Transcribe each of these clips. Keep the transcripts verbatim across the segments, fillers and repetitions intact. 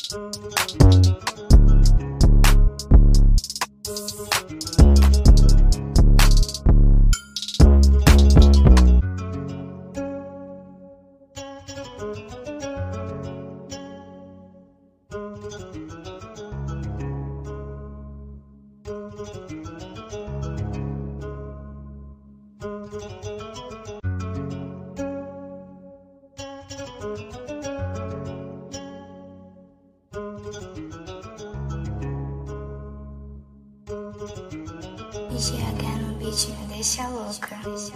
G H no beat me deixa louca.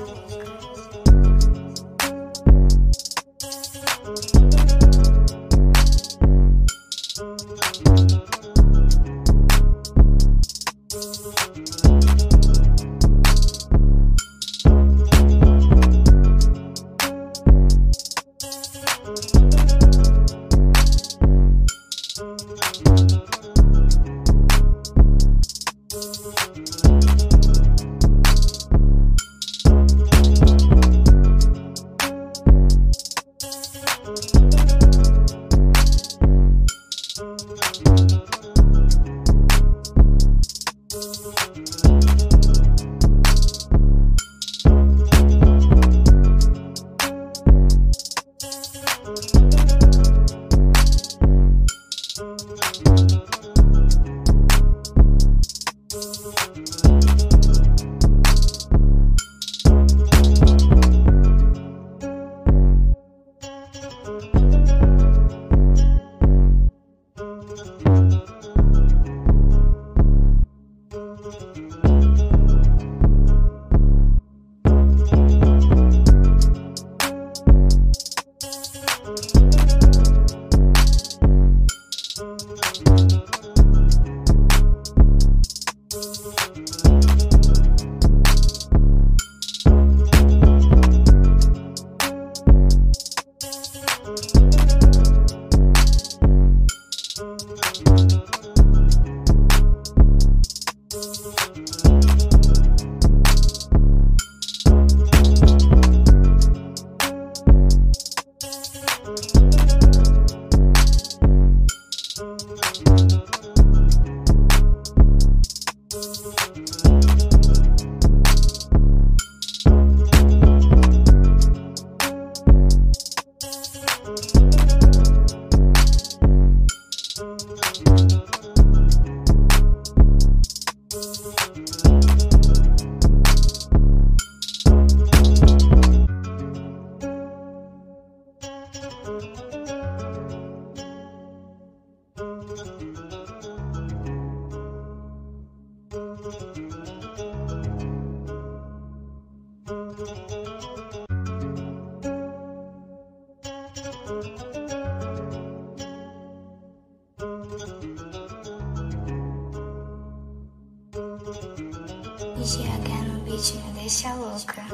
G H no beat me deixa louca.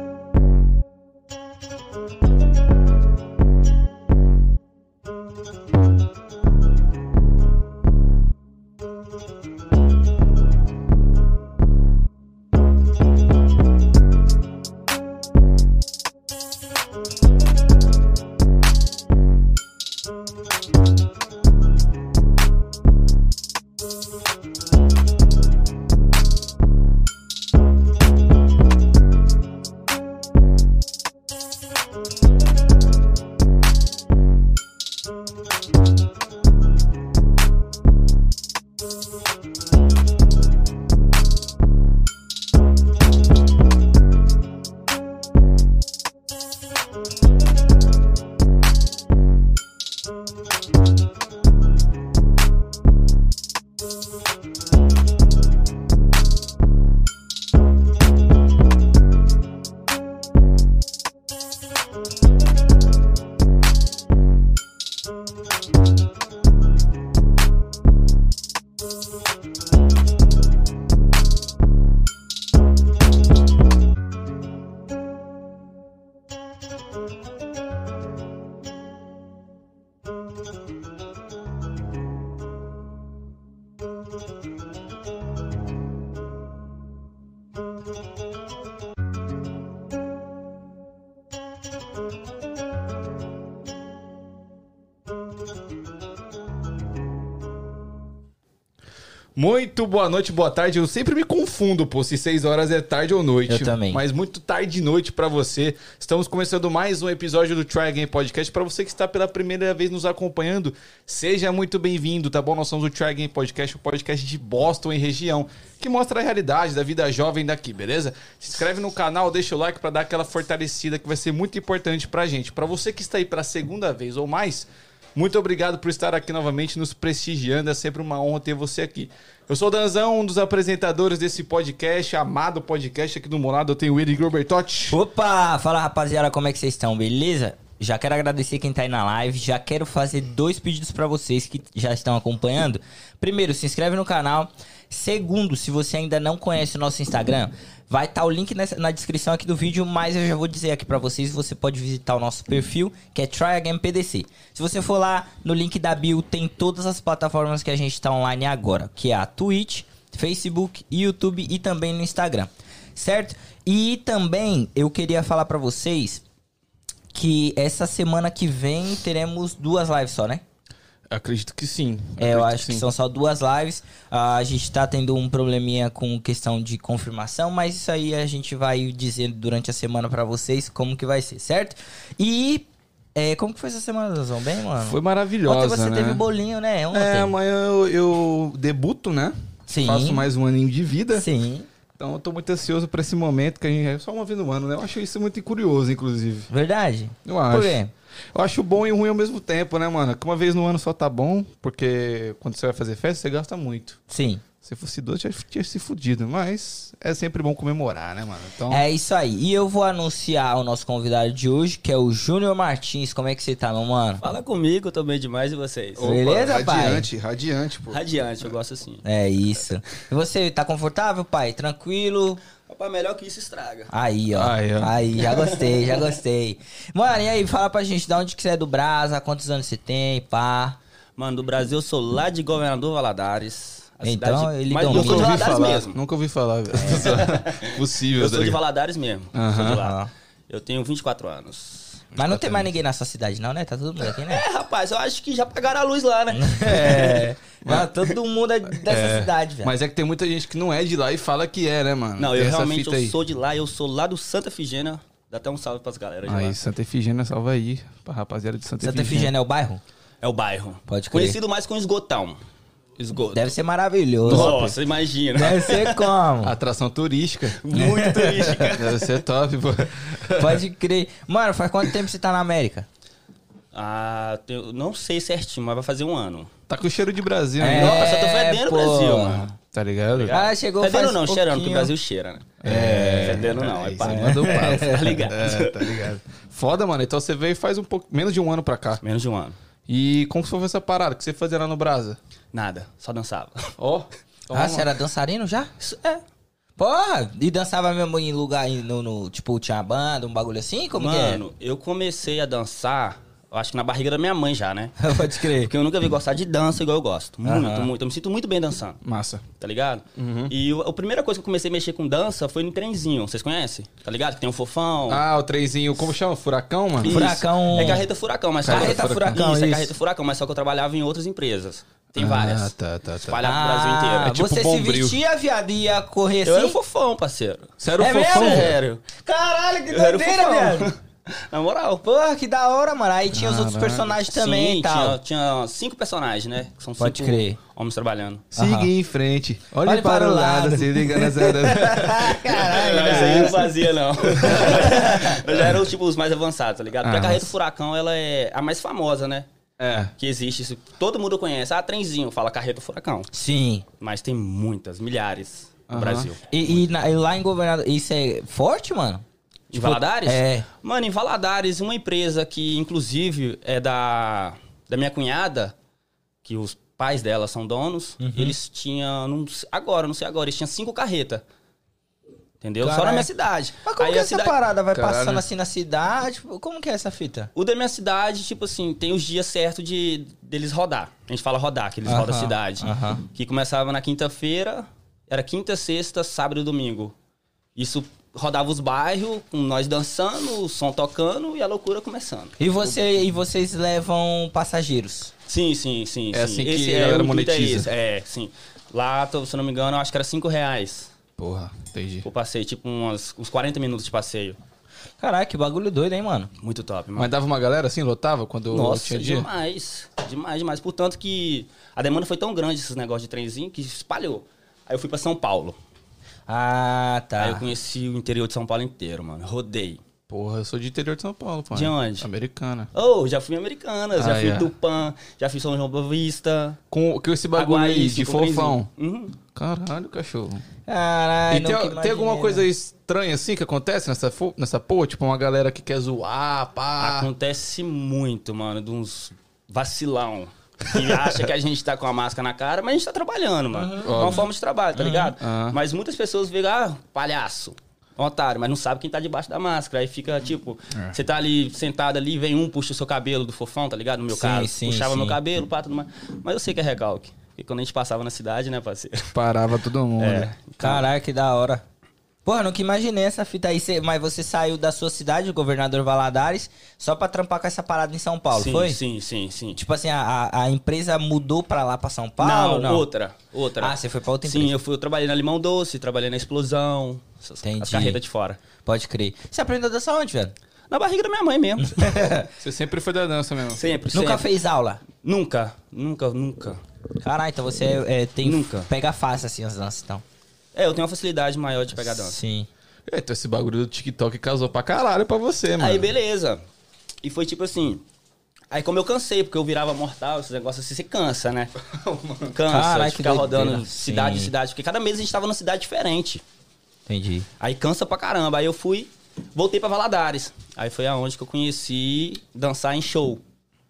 Thank you. Muito boa noite, boa tarde. Eu sempre me confundo, pô, se seis horas é tarde ou noite. Eu também. Mas muito tarde e noite pra você. Estamos começando mais um episódio do Try Again Podcast. Pra você que está pela primeira vez nos acompanhando, seja muito bem-vindo, tá bom? Nós somos o Try Again Podcast, o podcast de Boston e região, que mostra a realidade da vida jovem daqui, beleza? Se inscreve no canal, deixa o like pra dar aquela fortalecida que vai ser muito importante pra gente. Pra você que está aí pela segunda vez ou mais, muito obrigado por estar aqui novamente nos prestigiando. É sempre uma honra ter você aqui. Eu sou o Danzão, um dos apresentadores desse podcast, amado podcast. Aqui do meu lado eu tenho o Edgar Bertotti. Opa! Fala, rapaziada, como é que vocês estão, beleza? Já quero agradecer quem tá aí na live. Já quero fazer dois pedidos pra vocês que já estão acompanhando. Primeiro, se inscreve no canal. Segundo, se você ainda não conhece o nosso Instagram, vai estar o link nessa, na descrição aqui do vídeo, mas eu já vou dizer aqui pra vocês, você pode visitar o nosso perfil, que é Try Again P D C. Se você for lá, no link da bio tem todas as plataformas que a gente tá online agora, que é a Twitch, Facebook, YouTube e também no Instagram, certo? E também eu queria falar pra vocês que essa semana que vem teremos duas lives só, né? Acredito que sim. É, eu Acredito acho que, que são só duas lives. Uh, a gente tá tendo um probleminha com questão de confirmação, mas isso aí a gente vai dizer durante a semana pra vocês como que vai ser, certo? E é, como que foi essa semana, Danzão? Bem, mano? Foi maravilhosa, Ontem você né? teve bolinho, né? Ontem. É, amanhã eu, eu debuto, né? Sim. Faço mais um aninho de vida. Sim. Então eu tô muito ansioso pra esse momento, que a gente é só uma vez no ano, né? Eu acho isso muito curioso, inclusive. Verdade? Eu acho. Por quê? Eu acho bom e ruim ao mesmo tempo, né, mano? Que uma vez no ano só tá bom, porque quando você vai fazer festa, você gasta muito. Sim. Se fosse doce, já tinha se fudido. Mas é sempre bom comemorar, né, mano? Então... É isso aí. E eu vou anunciar o nosso convidado de hoje, que é o Júnior Martins. Como é que você tá, meu mano? Fala comigo, eu tô bem demais, e vocês? Opa, Beleza, pai? Radiante, radiante, pô. Radiante, eu gosto assim. É isso. E você, tá confortável, pai? Tranquilo? Rapaz, melhor que isso estraga. Aí, ó. Aí, ó. Aí, já gostei, já gostei. Mano, e aí, fala pra gente, de onde que você é do Brasa, quantos anos você tem, pá. Mano, do Brasil eu sou lá de Governador Valadares. A Então, cidade... ele Mas domina. eu sou de Nunca ouvi Valadares falar, mesmo. nunca ouvi falar, velho. Possível, Eu sou tá de ligado? Valadares mesmo. Aham. Sou de lá. Aham. Eu tenho vinte e quatro anos. Mas não tem mais ninguém na sua cidade, não, né? Tá todo mundo aqui, né? É, rapaz, eu acho que já pagaram a luz lá, né? É. Não, todo mundo é dessa É, cidade, velho. Mas é que tem muita gente que não é de lá e fala que é, né, mano? Não, Tem eu essa realmente fita eu aí. sou de lá, eu sou lá do Santa Efigênia. Dá até um salve pras galera de Aí, lá. Santa Efigênia, salva aí. Pra rapaziada de Santa, Santa Efigênia é o bairro? É o bairro. Pode crer. Conhecido mais como Esgotão. Esgoto. Deve ser maravilhoso. Nossa, imagina. Deve ser como? Atração turística. Muito turística. Deve ser top, pô. Pode crer. Mano, faz quanto tempo você tá na América? Ah, eu não sei certinho, mas vai fazer um ano. Tá com cheiro de Brasil, É, né? Nossa, eu tô fedendo o pô. Brasil, mano. Tá ligado? Ah, chegou Fedendo faz não, cheirando, porque pouquinho. o Brasil cheira, né? É. Fedendo não, é Aí pá. você mandou papo. Tá ligado? É, tá ligado. Foda, mano. Então você veio faz um pouco, menos de um ano pra cá. Menos de um ano. E como que foi essa parada? O que você fazia lá no Brasa? Nada, só dançava. Ó. Ah, você era dançarino já? Isso é. Porra, e dançava mesmo em lugar, em- no, no- tipo, tinha uma banda, um bagulho assim? Como Mano, eu comecei a dançar, eu acho que na barriga da minha mãe já, né? que é? Pode crer. Porque eu nunca vi gostar de dança igual eu gosto. Muito, Aham. muito. Eu me sinto muito bem dançando, Massa. tá ligado? E o- a primeira coisa que eu comecei a mexer com dança foi no trenzinho. Vocês conhecem? Tá ligado? Que tem um fofão. Ah, o trenzinho, como chama? Furacão, mano? Isso. Furacão- É carreta furacão, mas só Carreta que- furacão, Isso, é isso. carreta furacão, mas só que eu trabalhava em outras empresas. Tem Ah, várias. tá, tá, tá. Espalhado no Brasil inteiro. Ah, É tipo você se Bombril. vestia, viado, e ia correr Eu era o assim? fofão, parceiro. Você era o É fofão? mesmo? Sério. Caralho, que Eu era o doideira, fofão. viado. Na moral. Porra, que da hora, mano. Aí tinha os outros Caralho. personagens também Sim, e tal. tinha, tinha cinco personagens, né? Que são Pode cinco crer. homens trabalhando. Siga Aham. em frente. Olhe, Olhe para, o lado, se liga nas Caralho, Não, isso aí eu não fazia, não. Eu já era tipo, os mais avançados, tá ligado? Porque Ah, a carreta mas- furacão, ela é a mais famosa, né? É. Que existe. Isso, todo mundo conhece. Ah, trenzinho, fala carreta furacão. Sim. Mas tem muitas, milhares no Aham. Brasil. E, e na- e lá em Governador, isso é forte, mano? Em Valadares? É. Mano, em Valadares, uma empresa que, inclusive, é da, da minha cunhada, que os pais dela são donos, Uhum. eles tinham, não sei- agora, não sei agora, eles tinham cinco carretas. Entendeu? Caralho. Só na minha cidade. Mas como Aí que a essa cidade- parada vai Caralho. passando assim na cidade? Como que é essa fita? O da minha cidade, tipo assim, tem os dias certos de deles rodar. A gente fala rodar, que eles Aham, rodam a cidade. aham. Que começava na quinta-feira, era quinta, sexta, sábado e domingo. Isso rodava os bairros, com nós dançando, o som tocando e a loucura começando. E, você, e vocês levam passageiros? Sim, sim, sim. É sim. assim que Esse a é, galera o intuito é monetiza. esse, É, sim. Lá, tô- se eu não me engano, eu acho que era cinco reais Porra, entendi. o passeio. Tipo, umas, uns quarenta minutos de passeio. Caraca, que bagulho doido, hein, mano? Muito top, mano. Mas dava uma galera assim, lotava quando Nossa, tinha dia? demais. Demais, demais. Portanto que a demanda foi tão grande, esses negócios de trenzinho, que espalhou. Aí eu fui pra São Paulo. Ah, tá. Aí eu conheci o interior de São Paulo inteiro, mano. Rodei. Porra, eu sou de interior de São Paulo, pô. De onde? Americana. Oh, já fui em Americanas, já Ah, fui é. em Tupã, já fui em São João Boa Vista. Com, com esse bagulho aí Aguaí, de com trenzinho. fofão. Uhum. Caralho, cachorro. Caralho, E tem, nunca tem imaginei, alguma né? coisa estranha assim que acontece nessa, fo- nessa porra? Tipo, uma galera que quer zoar, pá. Acontece muito, mano, de uns vacilão. Que acha que a gente tá com a máscara na cara, mas a gente tá trabalhando, mano. É uma Óbvio. forma de trabalho, tá ligado? Aham. Mas muitas pessoas veem, ah, palhaço, otário, mas não sabe quem tá debaixo da máscara. Aí fica, tipo, É. você tá ali sentado ali, vem um, puxa o seu cabelo do fofão, tá ligado? No meu Sim, caso. sim, puxava sim. meu cabelo, pá, tudo mais. Mas eu sei que é recalque. Porque quando a gente passava na cidade, né, parceiro? Parava todo mundo. É. Caralho, que da hora. Porra, nunca imaginei essa fita aí. Cê- mas você saiu da sua cidade, o Governador Valadares, só pra trampar com essa parada em São Paulo, sim, foi? Sim, sim, sim. Tipo assim, a, a- a empresa mudou pra lá, pra São Paulo? não, Não, outra. Outra. Ah, você foi pra outra Sim, empresa. eu fui, eu trabalhei na Limão Doce, trabalhei na Explosão, essas, Entendi. as carretas de fora. Pode crer. Você aprendeu a dançar onde, velho? Na barriga da minha mãe mesmo. Você sempre foi da dança mesmo. sempre, Nunca sempre. fez aula? Nunca, nunca, nunca. Caralho, então você é, tem... Nunca. Pega fácil, assim, as danças, então. É, eu tenho uma facilidade maior de pegar dança. Sim. É, então esse bagulho do TikTok casou pra caralho pra você, mano. Aí, beleza. E foi tipo assim... Aí como eu cansei, porque eu virava mortal, esses negócios assim, você cansa, né? Cansa Caralho, de que ficar doideira. rodando cidade em Sim. cidade. Porque cada mês a gente tava numa cidade diferente. Entendi. Aí cansa pra caramba. Aí eu fui, voltei pra Valadares. Aí foi aonde que eu conheci dançar em show.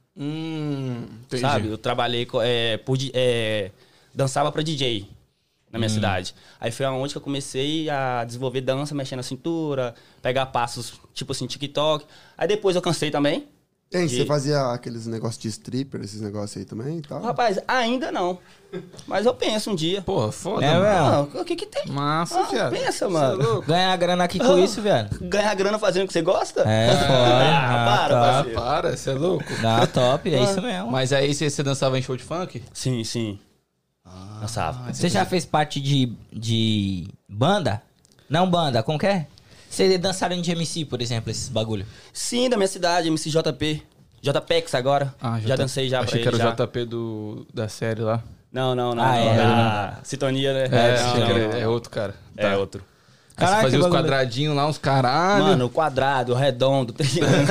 Hum, entendi. Sabe? Eu trabalhei co- é, por, di- é, dançava pra D J na minha cidade. Aí foi aonde que eu comecei a desenvolver dança, mexendo na cintura, pegar passos tipo assim, TikTok. Aí depois eu cansei também. Tem, De- você fazia aqueles negócios de stripper, esses negócios aí também e tal? Rapaz, ainda não. Mas eu penso um dia. Porra, foda, É, mano. velho. Ah, o que que tem? Massa, Ah, viado. pensa, Cê mano. é louco. Ganhar grana aqui com Ah. isso, velho. Ganhar grana fazendo o que você gosta? É, foda. Ah, para, tá. Ah, parceiro. para, você é louco. Dá top, é isso mesmo. Mas aí você, você dançava em show de funk? Sim, sim. Dançava. Você já fez parte de, de banda? Não banda, como que é? Você dançaram de M C, por exemplo, esses bagulho? Sim, da minha cidade, M C J P. J P X agora. já J- dancei já pra Achei ele que era já. o J P do, da série lá. Não, não, não. Ah, não. é, Da Sintonia, né? É, não, achei que não, era- não. é outro cara. É Tá. outro. Aí Caraca, você fazia que os bagulho. quadradinhos lá, uns caralho. Mano, o quadrado, o redondo, triângulo.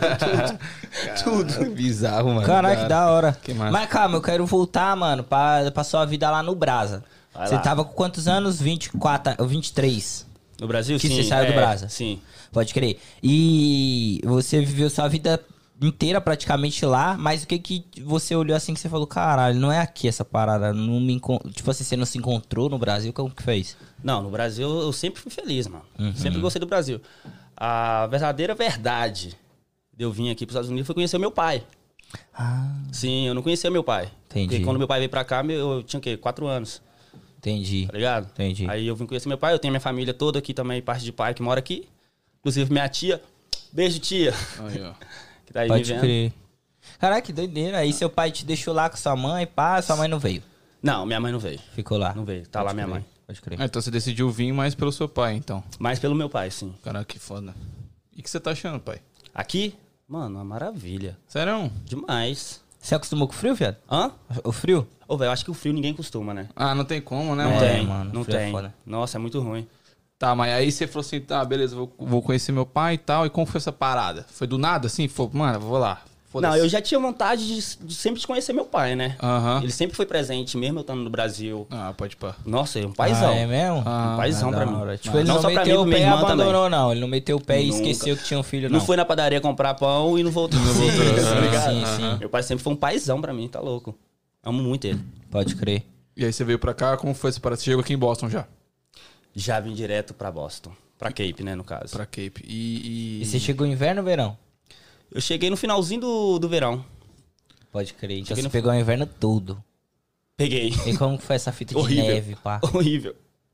tudo. Bizarro, mano. Caraca, que da hora. Que massa. Mas calma, eu quero voltar, mano, pra, pra sua vida lá no Brasa. Vai Você lá. tava com quantos anos? vinte e quatro, ou vinte e três. No Brasil, Que sim. você saiu do é, Brasa. Sim. Pode crer. E você viveu sua vida inteira praticamente lá, mas o que que você olhou assim que você falou, caralho, não é aqui essa parada, não me encon... tipo assim, você não se encontrou no Brasil, como que fez? Não, no Brasil eu sempre fui feliz, mano. Uhum. Sempre gostei do Brasil. A verdadeira verdade de eu vir aqui pros Estados Unidos foi conhecer o meu pai. Ah, Sim, eu não conhecia meu pai. Entendi. Porque quando meu pai veio pra cá, meu- eu tinha o quê? Quatro anos, entendi. tá ligado? Entendi. Aí eu vim conhecer meu pai, eu tenho minha família toda aqui também, parte de pai que mora aqui. Inclusive minha tia. Beijo, tia. Aí, ó. Que tá aí me Pode vendo. crer. Caraca, que doideira. Aí seu pai te deixou lá com sua mãe, pá, sua mãe não veio. Não, minha mãe não veio. Ficou lá. Não veio. Tá lá minha mãe. Pode crer. Ah, então você decidiu vir mais pelo seu pai, então. Mas pelo meu pai, sim. Caraca, que foda. E o que você tá achando, pai? Aqui, mano, uma maravilha. Sério? Demais. Você acostumou com o frio, viado? Hã? O frio? Ô, velho, eu acho que o frio ninguém costuma, né? Ah, não tem como, né, Não mano? tem, mano, não frio é tem. foda. Nossa, é muito ruim. Tá, mas aí você falou assim, tá, beleza, vou, vou conhecer meu pai e tal. E como foi essa parada? Foi do nada, assim? Foi, mano, vou lá. Foda-se. Não, eu já tinha vontade de, de sempre de conhecer meu pai, né? Aham. Ele sempre foi presente, mesmo eu estando no Brasil. Ah, pode pá. Nossa, é um paizão. Ah, é mesmo? Ah, Um paizão Da pra mim. hora. Tipo, ele não não, só pra mim, meteu pra o minha pé e irmã também. abandonou, não. Ele não meteu o pé e Nunca. esqueceu que tinha um filho, não. Não foi na padaria comprar pão e não voltou. Não voltou. tá ligado? Sim, sim. Meu pai sempre foi um paizão pra mim, tá louco. Amo muito ele. Pode crer. E aí você veio pra cá, como foi essa parada? Você chegou aqui em Boston já? Já vim direto pra Boston. Pra Cape, né, no caso. Pra Cape. E, e... E você chegou inverno ou verão? Eu cheguei no finalzinho do, do verão. Pode crer. Então Cheguei você no- pegou o inverno todo. Peguei. E como que foi essa fita de Horrível. neve, pá? Horrível.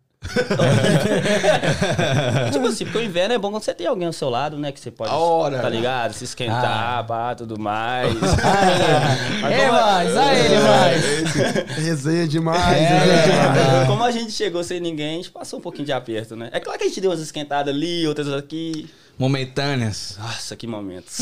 Tipo assim, porque o inverno é bom quando você tem alguém ao seu lado, né? Que você pode, A hora, tá né? ligado? Se esquentar, Ah. pá, tudo mais. Aí, é, mas, aí ele, mas. Resenha demais, É. resenha demais. Como a gente chegou sem ninguém, a gente passou um pouquinho de aperto, né? É claro que a gente deu umas esquentadas ali, outras aqui. Momentâneas. Nossa, que momentos.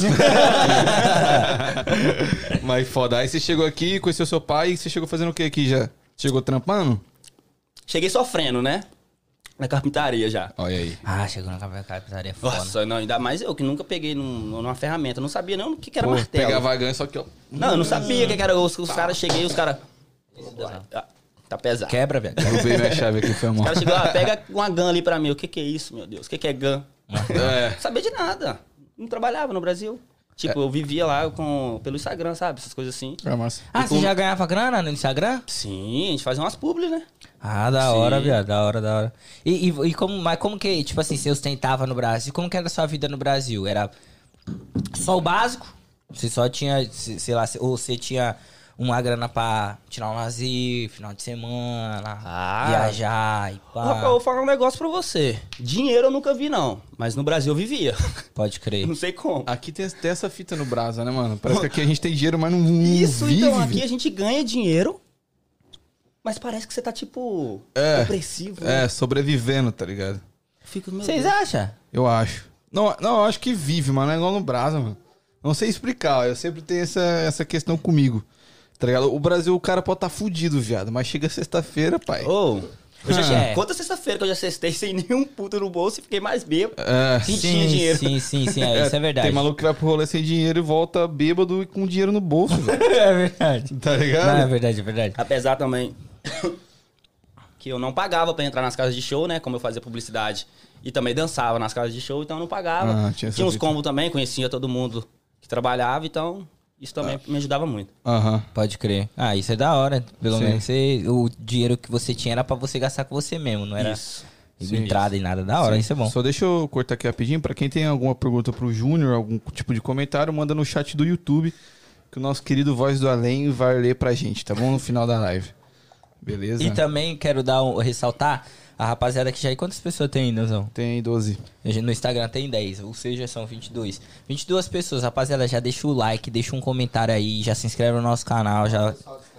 Mas foda. Aí você chegou aqui, conheceu seu pai e você chegou fazendo o que aqui já? Chegou trampando? Cheguei sofrendo, né? Na carpintaria já. Olha aí. Ah, chegou na carpintaria foda. Nossa, não, ainda mais eu que nunca peguei num, numa ferramenta. Eu não sabia nem o que, que era Pô, martelo. pegava a ganha, só que ó. Não, eu não sabia o que, que era. Os, os caras cheguei, os caras. Tá, tá pesado. Quebra, velho. Derrubei minha chave aqui, foi Os mal. caras chegou, ah, pega uma gun ali pra mim. O que que é isso, meu Deus? O que que é gun? É. Não sabia de nada. Não trabalhava no Brasil. Tipo, eu vivia lá com, pelo Instagram, sabe? Essas coisas assim. É massa. Ah, E você com- já ganhava grana no Instagram? Sim, a gente fazia umas publi, né? Ah, da Sim. hora, viado. Da hora, da hora. E, e, e como, mas como que, tipo assim, você ostentava no Brasil? Como que era a sua vida no Brasil? Era só o básico? Você só tinha, se- sei lá, ou você tinha uma grana pra tirar um lazer, final de semana, Ah. viajar e pá. Rapaz, eu vou falar um negócio pra você. Dinheiro eu nunca vi, não. Mas no Brasil eu vivia. Pode crer. Não sei como. Aqui tem, tem essa fita no Brasa, né, mano? Parece que aqui a gente tem dinheiro, mas não, não Isso, vive. então, aqui a gente ganha dinheiro, mas parece que você tá, tipo, É. depressivo. É, né? sobrevivendo, tá ligado? Fico, meu Vocês Deus. acham? Eu acho. Não, não, eu acho que vive, mano. É igual no Brasa, mano. Não sei explicar. Eu sempre tenho essa, essa questão comigo. Tá ligado? O Brasil, o cara pode tá fudido, viado. Mas chega sexta-feira, pai. Ô, eu já É. cheguei. Conta sexta-feira que eu já cestei sem nenhum puto no bolso e fiquei mais bêbado. É. Sim, tinha dinheiro. Sim, sim, sim, é, isso é verdade. Tem maluco que vai pro rolê sem dinheiro e volta bêbado e com dinheiro no bolso, velho. É verdade. Tá ligado? Não, é verdade, é verdade. Apesar também que eu não pagava pra entrar nas casas de show, né? Como eu fazia publicidade e também dançava nas casas de show, então eu não pagava. Ah, tinha essa tinha uns fita. combos também, conhecia todo mundo que trabalhava, então isso também Ah. me ajudava muito. Aham. Pode crer. Ah, isso é da hora. Pelo Sim. menos você, o dinheiro que você tinha era pra você gastar com você mesmo, não era Isso. entrada e nada. Da hora, isso é bom. Só deixa eu cortar aqui rapidinho. Pra quem tem alguma pergunta pro Júnior, algum tipo de comentário, manda no chat do YouTube, que o nosso querido Voz do Além vai ler pra gente, tá bom? No final da live. Beleza? E também quero dar um, ressaltar a rapaziada que já... Quantas pessoas tem aí, Nozão? Tem doze. No Instagram tem dez, ou seja, são vinte e dois. vinte e duas pessoas, rapaziada, já deixa o like, deixa um comentário aí, já se inscreve no nosso canal, já...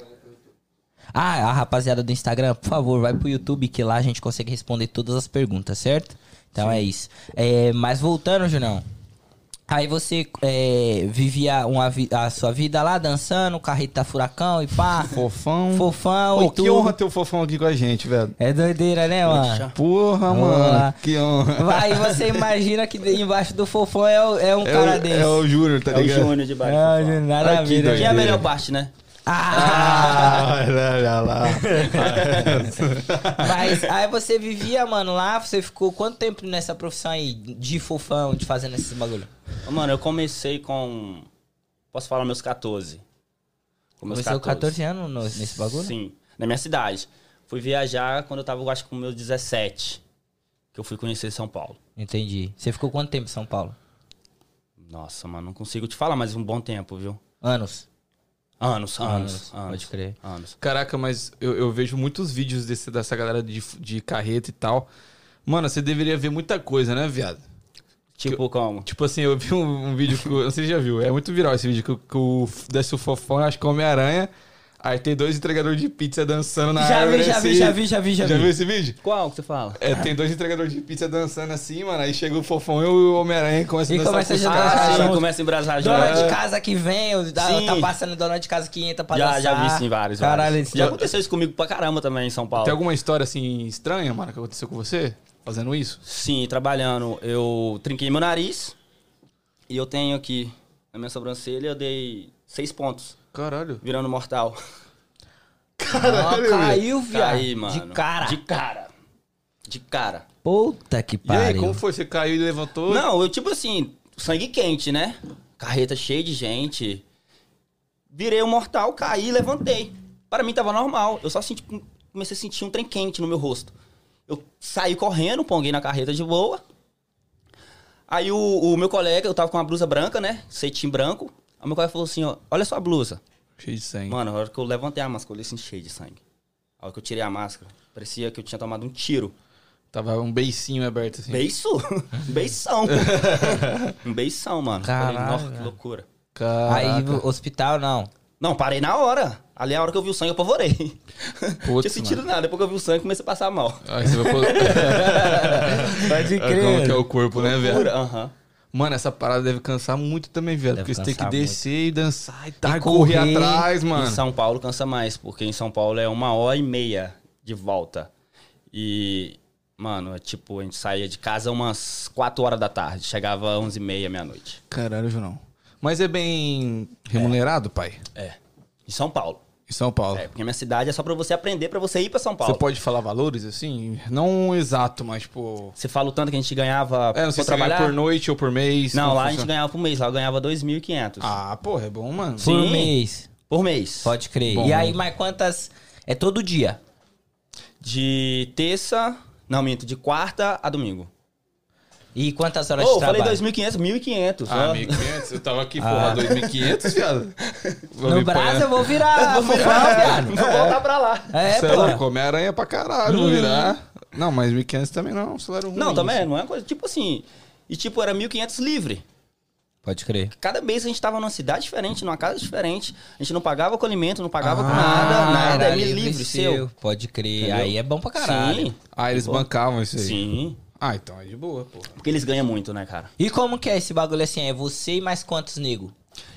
Ah, a rapaziada do Instagram, por favor, vai pro YouTube que lá a gente consegue responder todas as perguntas, certo? Então é isso. É, mas voltando, Junão. Aí você é, vivia uma vi- a sua vida lá dançando, carreta furacão e pá. Fofão. Fofão Pô, e que tudo. honra ter o Fofão aqui com a gente, velho. É doideira, né, mano? Porra, Vamos mano. lá. Que honra. Aí você imagina que embaixo do Fofão é, o- é um É cara o, desse. é o Júnior, tá É o ligado? Júnior de baixo. Ah, fofão. nada a Aqui, ver, né? doideira. Quem é a melhor parte, né? Ah! olha lá. Mas aí você vivia, mano, lá, você ficou quanto tempo nessa profissão aí de fofão, de fazendo esses bagulho? Ô, Mano, eu comecei com... Posso falar meus catorze? Com meus Começou catorze anos no- nesse bagulho? Sim, na minha cidade. Fui viajar quando eu tava, eu acho que com meus dezessete. Que eu fui conhecer São Paulo. Entendi. Você ficou quanto tempo em São Paulo? Nossa, mano, não consigo te falar, mas um bom tempo, viu? Anos. Anos, anos, Anos, anos. pode crer. Anos. Caraca, mas eu, eu vejo muitos vídeos desse, dessa galera de, de carreta e tal. Mano, você deveria ver muita coisa, né, viado? Tipo como? Tipo assim, eu vi um, um vídeo que. o- Você já viu? É muito viral esse vídeo que, o- que o desce o Fofão, acho que o Homem-Aranha. Aí tem dois entregadores de pizza dançando na Já vi, árvore. já vi, assim. já vi, já vi, já Já vi. viu esse vídeo? Qual que você fala? É, tem dois entregadores de pizza dançando assim, mano. Aí chega o Fofão e o Homem-Aranha começa a E dançar. começa a com os jogar caras. Ah, Ah, sim, junto. começa a embrasar já. Dona de casa que vem, o- da- Sim. tá passando dona de casa que entra pra Já, dançar. já vi sim, vários. Caralho, vários. isso Já aconteceu isso comigo pra caramba também em São Paulo. Tem alguma história assim estranha, mano, que aconteceu com você? Fazendo isso? Sim, trabalhando. Eu trinquei meu nariz e eu tenho aqui na minha sobrancelha, eu dei seis pontos, Caralho. virando mortal. Caralho, caiu, viado. Caí, mano. De cara. De cara. De cara. Puta que E aí, pariu. como foi? Você caiu e levantou? Não, eu tipo assim, sangue quente, né? Carreta cheia de gente. Virei um mortal, caí e levantei. Para mim tava normal. Eu só senti, comecei a sentir um trem quente no meu rosto. Eu saí correndo, ponguei na carreta de boa. Aí o, o meu colega, eu tava com uma blusa branca, né? Cetim branco. Aí meu colega falou assim, ó, olha sua blusa. Cheio de sangue. Mano, na hora que eu levantei a máscara, eu olhei assim, cheio de sangue. A hora que eu tirei a máscara, parecia que eu tinha tomado um tiro. Tava um beicinho aberto assim. Beiço? Um beição. Um beição, mano. Caralho, Falei, nossa, que velho. loucura. Caraca. Aí, hospital, não. Não, parei na hora. Ali a hora que eu vi o sangue, eu apavorei. Não Putz, tinha sentido mano. nada. Depois que eu vi o sangue, comecei a passar mal. Aí você vai pôr... Pode Olha como que é o corpo, né, velho? Loucura, aham. Mano, essa parada deve cansar muito também, velho. Deve Porque você tem que cansar descer e dançar e tá, E correr correr. atrás, mano. Em São Paulo cansa mais, porque em São Paulo é uma hora e meia de volta. E, mano, é tipo, a gente saía de casa umas quatro horas da tarde, chegava às onze e meia, meia-noite. Caralho, João. Mas é bem remunerado, pai? É. Em São Paulo. Em São Paulo. É, porque minha cidade é só pra você aprender, pra você ir pra São Paulo. Você pode falar valores, assim? Não exato, mas, tipo... Você fala o tanto que a gente ganhava É, não sei pra se você ganha trabalhar? por noite ou por mês. Não, como lá a gente funciona? ganhava por mês, lá eu ganhava dois mil e quinhentos. Ah, porra, é bom, mano. Por Sim. mês. Por mês. Pode crer. Bom, e aí, mano. mas quantas... É todo dia? De terça... Não, minto, de quarta a domingo. E quantas horas Ô, de eu falei trabalho? dois mil e quinhentos, mil e quinhentos. Ah, ó. mil e quinhentos? Eu tava aqui, Ah. porra, dois mil e quinhentos, viado. Vou No me braço pôr- eu vou virar Vou fofão, virar, viado. Vou voltar pra lá. É, Você é pô. louco, Homem-Aranha pra caralho, vou virar. Não, mas mil e quinhentos também não é um salário ruim. Não, também não é uma coisa... Tipo assim... E tipo, era mil e quinhentos livre. Pode crer. Cada mês a gente tava numa cidade diferente, numa casa diferente. A gente não pagava com alimento, não pagava com Ah, nada. Nada, é Era livre, livre seu. Pode crer. Entendeu? Aí é bom pra caralho. Sim. Ah, eles Pô. bancavam isso aí. Sim. Ah, então é de boa, porra. Porque eles ganham muito, né, cara? E como que é esse bagulho assim? É você e mais quantos nego?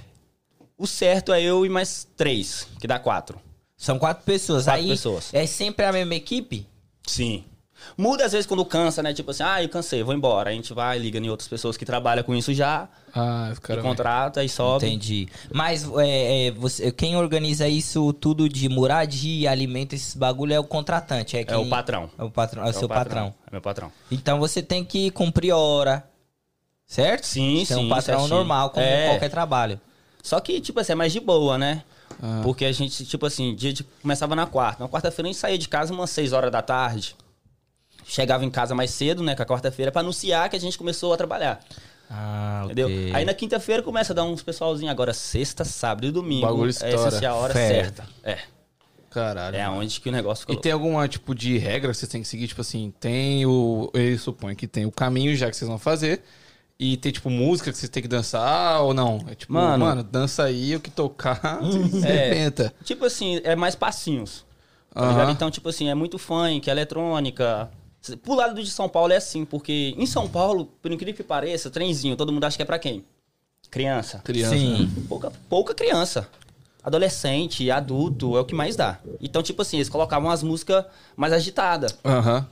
O certo é eu e mais três, que dá quatro. São quatro pessoas. Quatro aí pessoas. é sempre a mesma equipe? Sim. Muda às vezes quando cansa, né? Tipo assim, ah, eu cansei, vou embora. A gente vai, liga em outras pessoas que trabalham com isso já, Ah, os e caras... contrata e sobe. Entendi. Mas é, é, você, quem organiza isso tudo de moradia, alimento, esses bagulho é o contratante. É, É quem- o patrão. É o patrão, é o seu patrão. É meu patrão. Então você tem que cumprir hora. Certo? Sim, Você é um sim, patrão certinho. normal, como É. qualquer trabalho. Só que, tipo assim, é mais de boa, né? Ah. Porque a gente, tipo assim, dia de... começava na quarta. Na quarta-feira a gente saía de casa umas seis horas da tarde. Chegava em casa mais cedo, né, com a quarta-feira, pra anunciar que a gente começou a trabalhar. Ah, Entendeu? ok. Aí na quinta-feira começa a dar uns pessoalzinho. Agora, sexta, sábado e domingo Bagulho é estoura. essencial a hora Ferve. certa. É. Caralho. É aonde que o negócio E ficou. tem alguma, tipo, de regra que vocês têm que seguir? Tipo assim, tem o... Eu suponho que tem o caminho já que vocês vão fazer. E tem, tipo, música que vocês têm que dançar ou não? É tipo, mano, Mano, dança aí, o que tocar, você é. arrebenta. Tipo assim, é mais passinhos. Tá Aham. ligado? Então, tipo assim, é muito funk, eletrônica. Pro lado de São Paulo é assim, porque em São Paulo, por incrível que pareça, trenzinho, todo mundo acha que é pra quem? Criança. Criança. Sim. Pouca, pouca criança. Adolescente, adulto, é o que mais dá. Então, tipo assim, eles colocavam as músicas mais agitadas. Aham.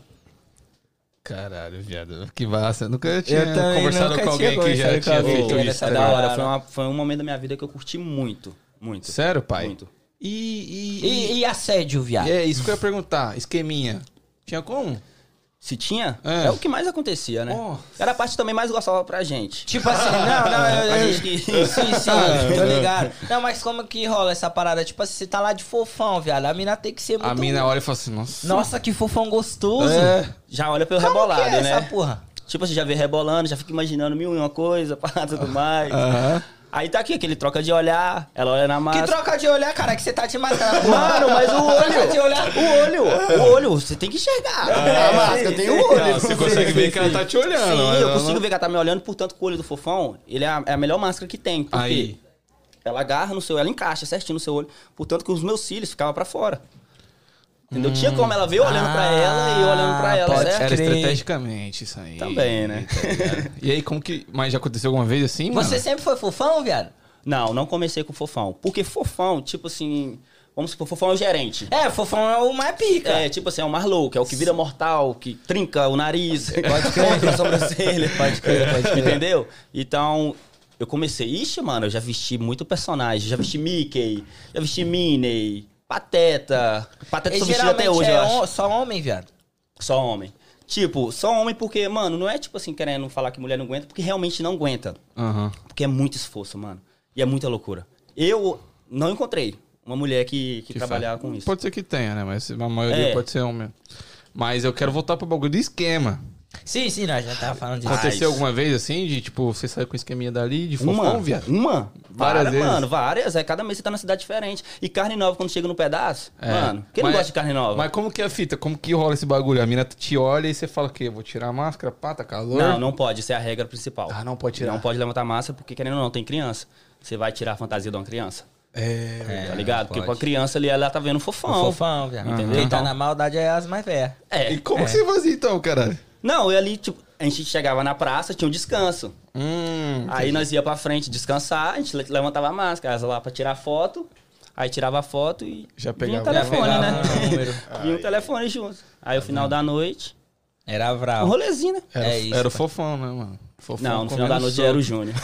Caralho, viado. Que massa. Eu nunca tinha também conversado nunca com alguém tinha que já conversado tinha com alguém. feito Era isso. É tá da ligado? hora. Foi, uma- foi um momento da minha vida que eu curti muito. Muito. Sério, pai? Muito. E, e, E, e assédio, viado? É isso que eu ia perguntar. Esqueminha. Tinha como? Se tinha, É. é, o que mais acontecia, né? Nossa. Era a parte que também mais gostava pra gente. Tipo assim, não, não, eu, A eu, gente que- sim, sim, tô ligado. Não, mas como que rola essa parada? Tipo assim, você tá lá de fofão, viado. A mina tem que ser muito... A mina olha e fala assim, nossa. Nossa, que fofão gostoso. É. Já olha pelo Como rebolado, que é né? essa porra? Tipo, você já vê rebolando, já fica imaginando mil e uma coisa, pá, tudo mais. Aham. Aí tá aqui, aquele troca de olhar, ela olha na Que máscara. troca de olhar, cara, que você tá de máscara, porra. Mano, mas o Troca de olho, olhar. o olho, o olho, você tem que enxergar. a máscara tem o olho. Não, você consegue ver que ela tá te olhando. Sim, mas eu ela consigo não- ver que ela tá me olhando, portanto, com o olho do fofão, ele é a, é a melhor máscara que tem. Por Aí. quê? Ela agarra no seu, ela encaixa certinho no seu olho, portanto que os meus cílios ficavam pra fora. Entendeu? Tinha como ela ver olhando pra ela e eu olhando pra ela, pode certo? Era crer. estrategicamente isso aí. Também, né? Tá ligado? E aí, como que... Mas já aconteceu alguma vez assim, mano? Você sempre foi fofão, viado? Não, não comecei com fofão. Porque fofão, tipo assim, vamos supor, fofão é o gerente. É, fofão é o mais pica. É, tipo assim, é o mais louco, é o que vira mortal, que trinca o nariz, pode crer, a sobrancelha. Pode crer, pode crer. Entendeu? Então, eu comecei, ixi, mano, eu já vesti muito personagem, já vesti Mickey, já vesti Minnie, Pateta. Pateta E só vesti até hoje, é eu acho. hom- só homem, viado. Só homem. Tipo, só homem porque, mano, não é tipo assim, querendo falar que mulher não aguenta, porque realmente não aguenta. Aham. Porque é muito esforço, mano. E é muita loucura. Eu não encontrei uma mulher que, que, Que trabalhava faz. com isso. Pode ser que tenha, né? Mas a maioria É. pode ser homem. Mas eu quero voltar pro bagulho do esquema. Sim, sim, nós já tava falando disso. Aconteceu Mas- alguma vez assim, de tipo, você saiu com o esqueminha dali, de fofão, Uma, viado? uma. Várias Várias, vezes. mano, várias. É, cada mês você tá numa cidade diferente. E carne nova, quando chega no pedaço, É. mano, quem não Mas- gosta de carne nova? Mas como que é a fita? Como que rola esse bagulho? A mina te olha e você fala o quê? Vou tirar a máscara, pá, tá calor? Não, não pode, isso é a regra principal. Ah, não pode tirar. Não pode levantar massa, porque querendo ou não, tem criança. Você vai tirar a fantasia de uma criança, É, tá ligado? Porque pode. pra criança ali, ela tá vendo fofão. O fofão, viado. Entendeu? Quem tá Então- na maldade é as mais velhas. É. E como que você fazia então, caralho? Não, eu ali, tipo, a gente chegava na praça, tinha um descanso. Hum, Aí nós ia pra frente descansar, a gente le- levantava a máscara, elas lá pra tirar foto. Aí tirava a foto e Já vinha o pegava- telefone, Já né? pegava o número. Vinha o telefone junto. Aí o final da noite, Era um bravo. rolezinho, né? era, é isso, era o pai. fofão, né, mano? Fofão Não, no final comendo da noite soco. era o Júnior.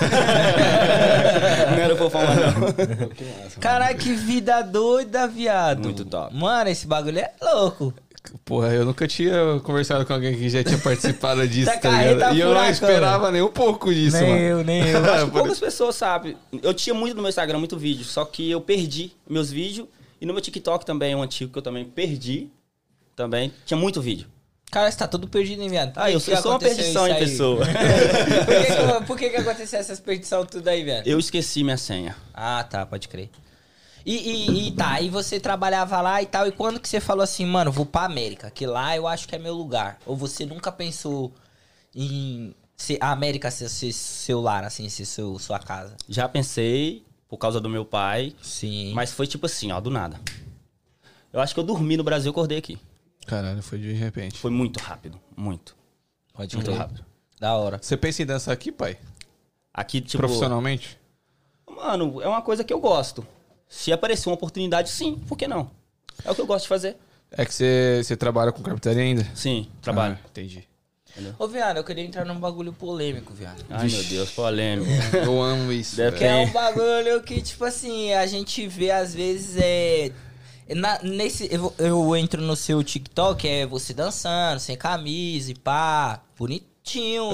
Não era o fofão, mais não. Caralho, que vida doida, viado. Muito top. Mano, esse bagulho é louco. Porra, eu nunca tinha conversado com alguém que já tinha participado disso, Tá tá carreta ligado? E eu não furacão, esperava nem um pouco disso, nem mano. eu, nem eu. Acho que poucas pessoas sabem. Eu tinha muito no meu Instagram, muito vídeo, só que eu perdi meus vídeos. E no meu TikTok também, um antigo que eu também perdi. Também tinha muito vídeo. Cara, você tá todo perdido, hein, viado? Por Ah, que eu que sou, eu sou uma aconteceu perdição em isso aí? pessoa. por que, que, por que que aconteceu essas perdição tudo aí, velho? Eu esqueci minha senha. Ah, tá, pode crer. E, e, e tá, aí você trabalhava lá e tal, e quando que você falou assim, mano, vou pra América, que lá eu acho que é meu lugar? Ou você nunca pensou em ser, a América ser, ser seu lar, assim, ser seu, sua casa? Já pensei, por causa do meu pai, Sim. mas foi tipo assim, ó, do nada. Eu acho que eu dormi no Brasil e acordei aqui. Caralho, foi de repente. Foi muito rápido, muito. Pode Muito crer. rápido. Da hora. Você pensa em dançar aqui, pai? Aqui, tipo... Profissionalmente? Mano, é uma coisa que eu gosto. Se aparecer uma oportunidade, sim, por que não? É o que eu gosto de fazer. É que você, você trabalha com carpintaria ainda? Sim, trabalho. Ah, entendi. Ô, viado, eu queria entrar num bagulho polêmico, viado. Ai, meu Deus, polêmico. Eu amo isso. Deve Que é velho. um bagulho que, tipo assim, a gente vê às vezes é. Na, nesse, eu, eu entro no seu TikTok, é você dançando, sem camisa e pá, bonitinho.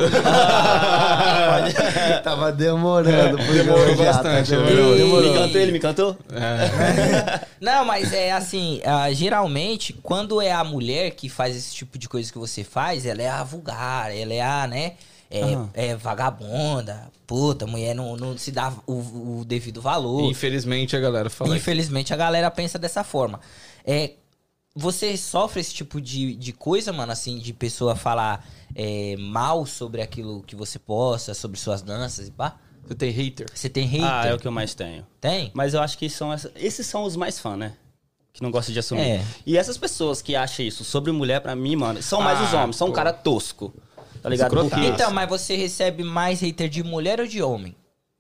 Tava demorando. pro Demorou elogiar, bastante, tá demorou, demorando. Me cantou ele? Me cantou? Não, mas é assim, ah, geralmente, quando é a mulher que faz esse tipo de coisa que você faz, ela é a vulgar, ela é a, né? É, Aham. é vagabunda, puta, mulher não, não se dá o, o devido valor. Infelizmente a galera fala. Infelizmente a galera pensa dessa forma. É, você sofre esse tipo de, de coisa, mano, assim, de pessoa falar é, mal sobre aquilo que você posta, sobre suas danças e pá? Você tem hater? Você tem hater? Ah, é o que eu mais tenho. Tem? Mas eu acho que são essa- esses são os mais fãs, né? Que não gostam de assumir. É. E essas pessoas que acham isso sobre mulher, pra mim, mano, são mais Ah, os homens. São um pô. cara tosco. Tá ligado? Escrotaço. Porque... Então, mas você recebe mais hater de mulher ou de homem?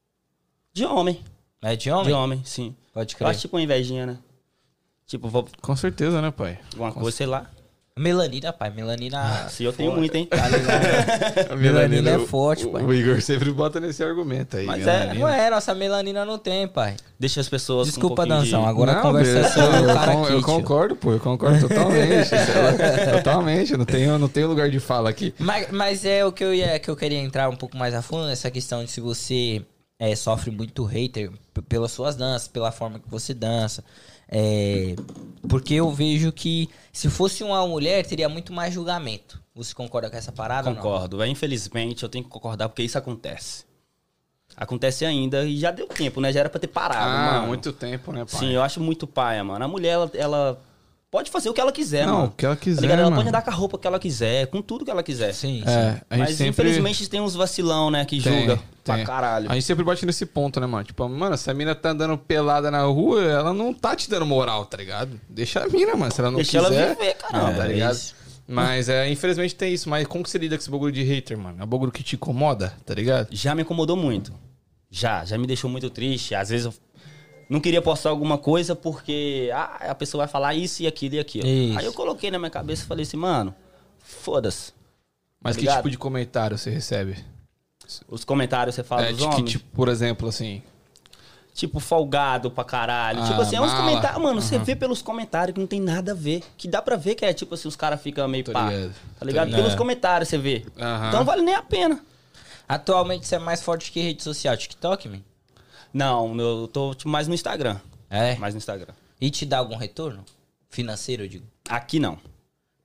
De homem. É de homem? De homem, sim. Pode Eu crer. acho tipo uma invejinha, né? Tipo, vou... Com certeza, né, pai? alguma coisa, sei lá. Melanina, pai. Melanina. Se eu tenho muito, hein? Tá ligado? A Melanina é o- forte, o, pai. O Igor sempre bota nesse argumento aí. Mas é, melanina. Não é, nossa melanina não tem, pai. Deixa as pessoas. Desculpa, com um pouquinho Danção. de... Agora Não, a conversa é beleza, sobre eu, o cara con- aqui, eu tio. concordo, pô. Eu concordo totalmente. totalmente. Eu não tenho, não tenho lugar de fala aqui. Mas, mas é o que eu, ia, que eu queria entrar um pouco mais a fundo nessa questão de se você é, sofre muito hater p- pelas suas danças, pela forma que você dança. É, porque eu vejo que se fosse uma mulher, teria muito mais julgamento. Você concorda com essa parada ou não? Concordo. É, infelizmente, eu tenho que concordar porque isso acontece. Acontece ainda e já deu tempo, né? Já era pra ter parado, Ah, mano. muito tempo, né, pai? Sim, eu acho muito paia, mano. A mulher, ela, ela pode fazer o que ela quiser, Não, mano. o que ela quiser, Tá ligado? Ela mano. pode andar com a roupa que ela quiser, com tudo que ela quiser. Sim, sim. É, a gente Mas sempre... infelizmente tem uns vacilão, né? Que Tem, julga pra tem. caralho. A gente sempre bate nesse ponto, né, mano? Tipo, mano, se a mina tá andando pelada na rua, ela não tá te dando moral, tá ligado? Deixa a mina, mano. Se ela não Deixa ela quiser... viver, caramba. Não, tá É ligado? isso. Mas, é, infelizmente tem isso. Mas como que você lida com esse bagulho de hater, mano? É um bagulho que te incomoda, tá ligado? Já me incomodou muito. Já, já me deixou muito triste. Às vezes eu não queria postar alguma coisa porque ah, a pessoa vai falar isso e aquilo e aquilo. Isso. Aí eu coloquei na minha cabeça e falei assim, mano, foda-se. Mas Tá que ligado? tipo de comentário você recebe? Os comentários você fala É, dos de que homens. tipo, por exemplo, assim... Tipo, folgado pra caralho. Ah, tipo assim, é uns mala. comentários. Mano, você vê pelos comentários que não tem nada a ver. Que dá pra ver que é tipo assim, os caras ficam meio Tô pá. ligado. Tá ligado? Tô Pelos ligado. comentários você vê. Aham. Então não vale nem a pena. Atualmente você é mais forte que rede social, TikTok, man? Não, eu tô tipo, mais no Instagram. É? Mais no Instagram. E te dá algum retorno? Financeiro, eu digo. Aqui não.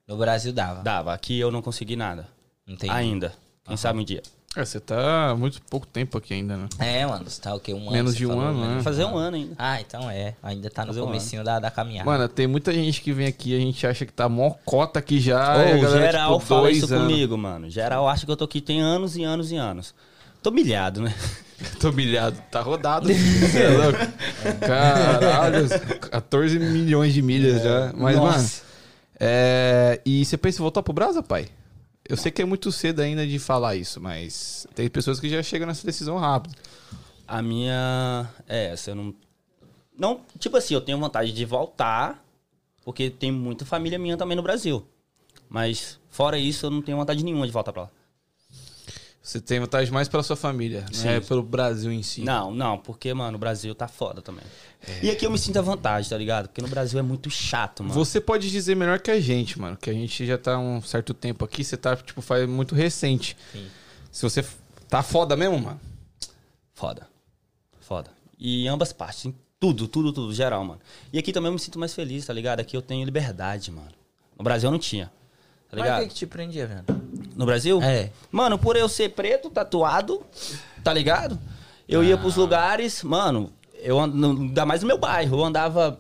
No Brasil dava. Dava. Aqui eu não consegui nada. Entendi. Ainda. Quem sabe um dia. É, você tá há muito pouco tempo aqui ainda, né? É, mano, você tá o quê? Um ano? Menos você de um falou, ano, menos né? de Vai fazer um ano ainda. Ah, então é. Ainda tá no Fazer um comecinho da, da caminhada. Mano, tem muita gente que vem aqui, a gente acha que tá mó cota aqui já. Ô, e a galera, geral tipo, fala dois isso anos. comigo, mano. Geral acha que eu tô aqui tem anos e anos e anos. Tô milhado, né? Tô milhado, tá rodado. Você é louco? Caralho, quatorze milhões de milhas já. Mas, Nossa. mano, é... e você pensa em voltar pro Brasa, pai? Eu sei que é muito cedo ainda de falar isso, mas tem pessoas que já chegam nessa decisão rápido. A minha é essa, eu não... Não, tipo assim, eu tenho vontade de voltar, porque tem muita família minha também no Brasil. Mas, fora isso, eu não tenho vontade nenhuma de voltar pra lá. Você tem vontade mais pela sua família, Sim. não é pelo Brasil em si. Não, não, porque, mano, o Brasil tá foda também. E aqui eu me sinto à vontade, tá ligado? Porque no Brasil é muito chato, mano. Você pode dizer melhor que a gente, mano, que a gente já tá há um certo tempo aqui, você tá, tipo, faz muito recente. Sim. Se você tá foda mesmo, mano? Foda. Foda. E em ambas partes, em tudo, tudo, tudo, geral, mano. E aqui também eu me sinto mais feliz, tá ligado? Aqui eu tenho liberdade, mano. No Brasil eu não tinha, tá Mas ligado? o que que te prendia, velho? No Brasil? É. Mano, por eu ser preto, tatuado, tá ligado? Eu ia pros lugares, mano, eu and- no- ainda mais no meu bairro, eu andava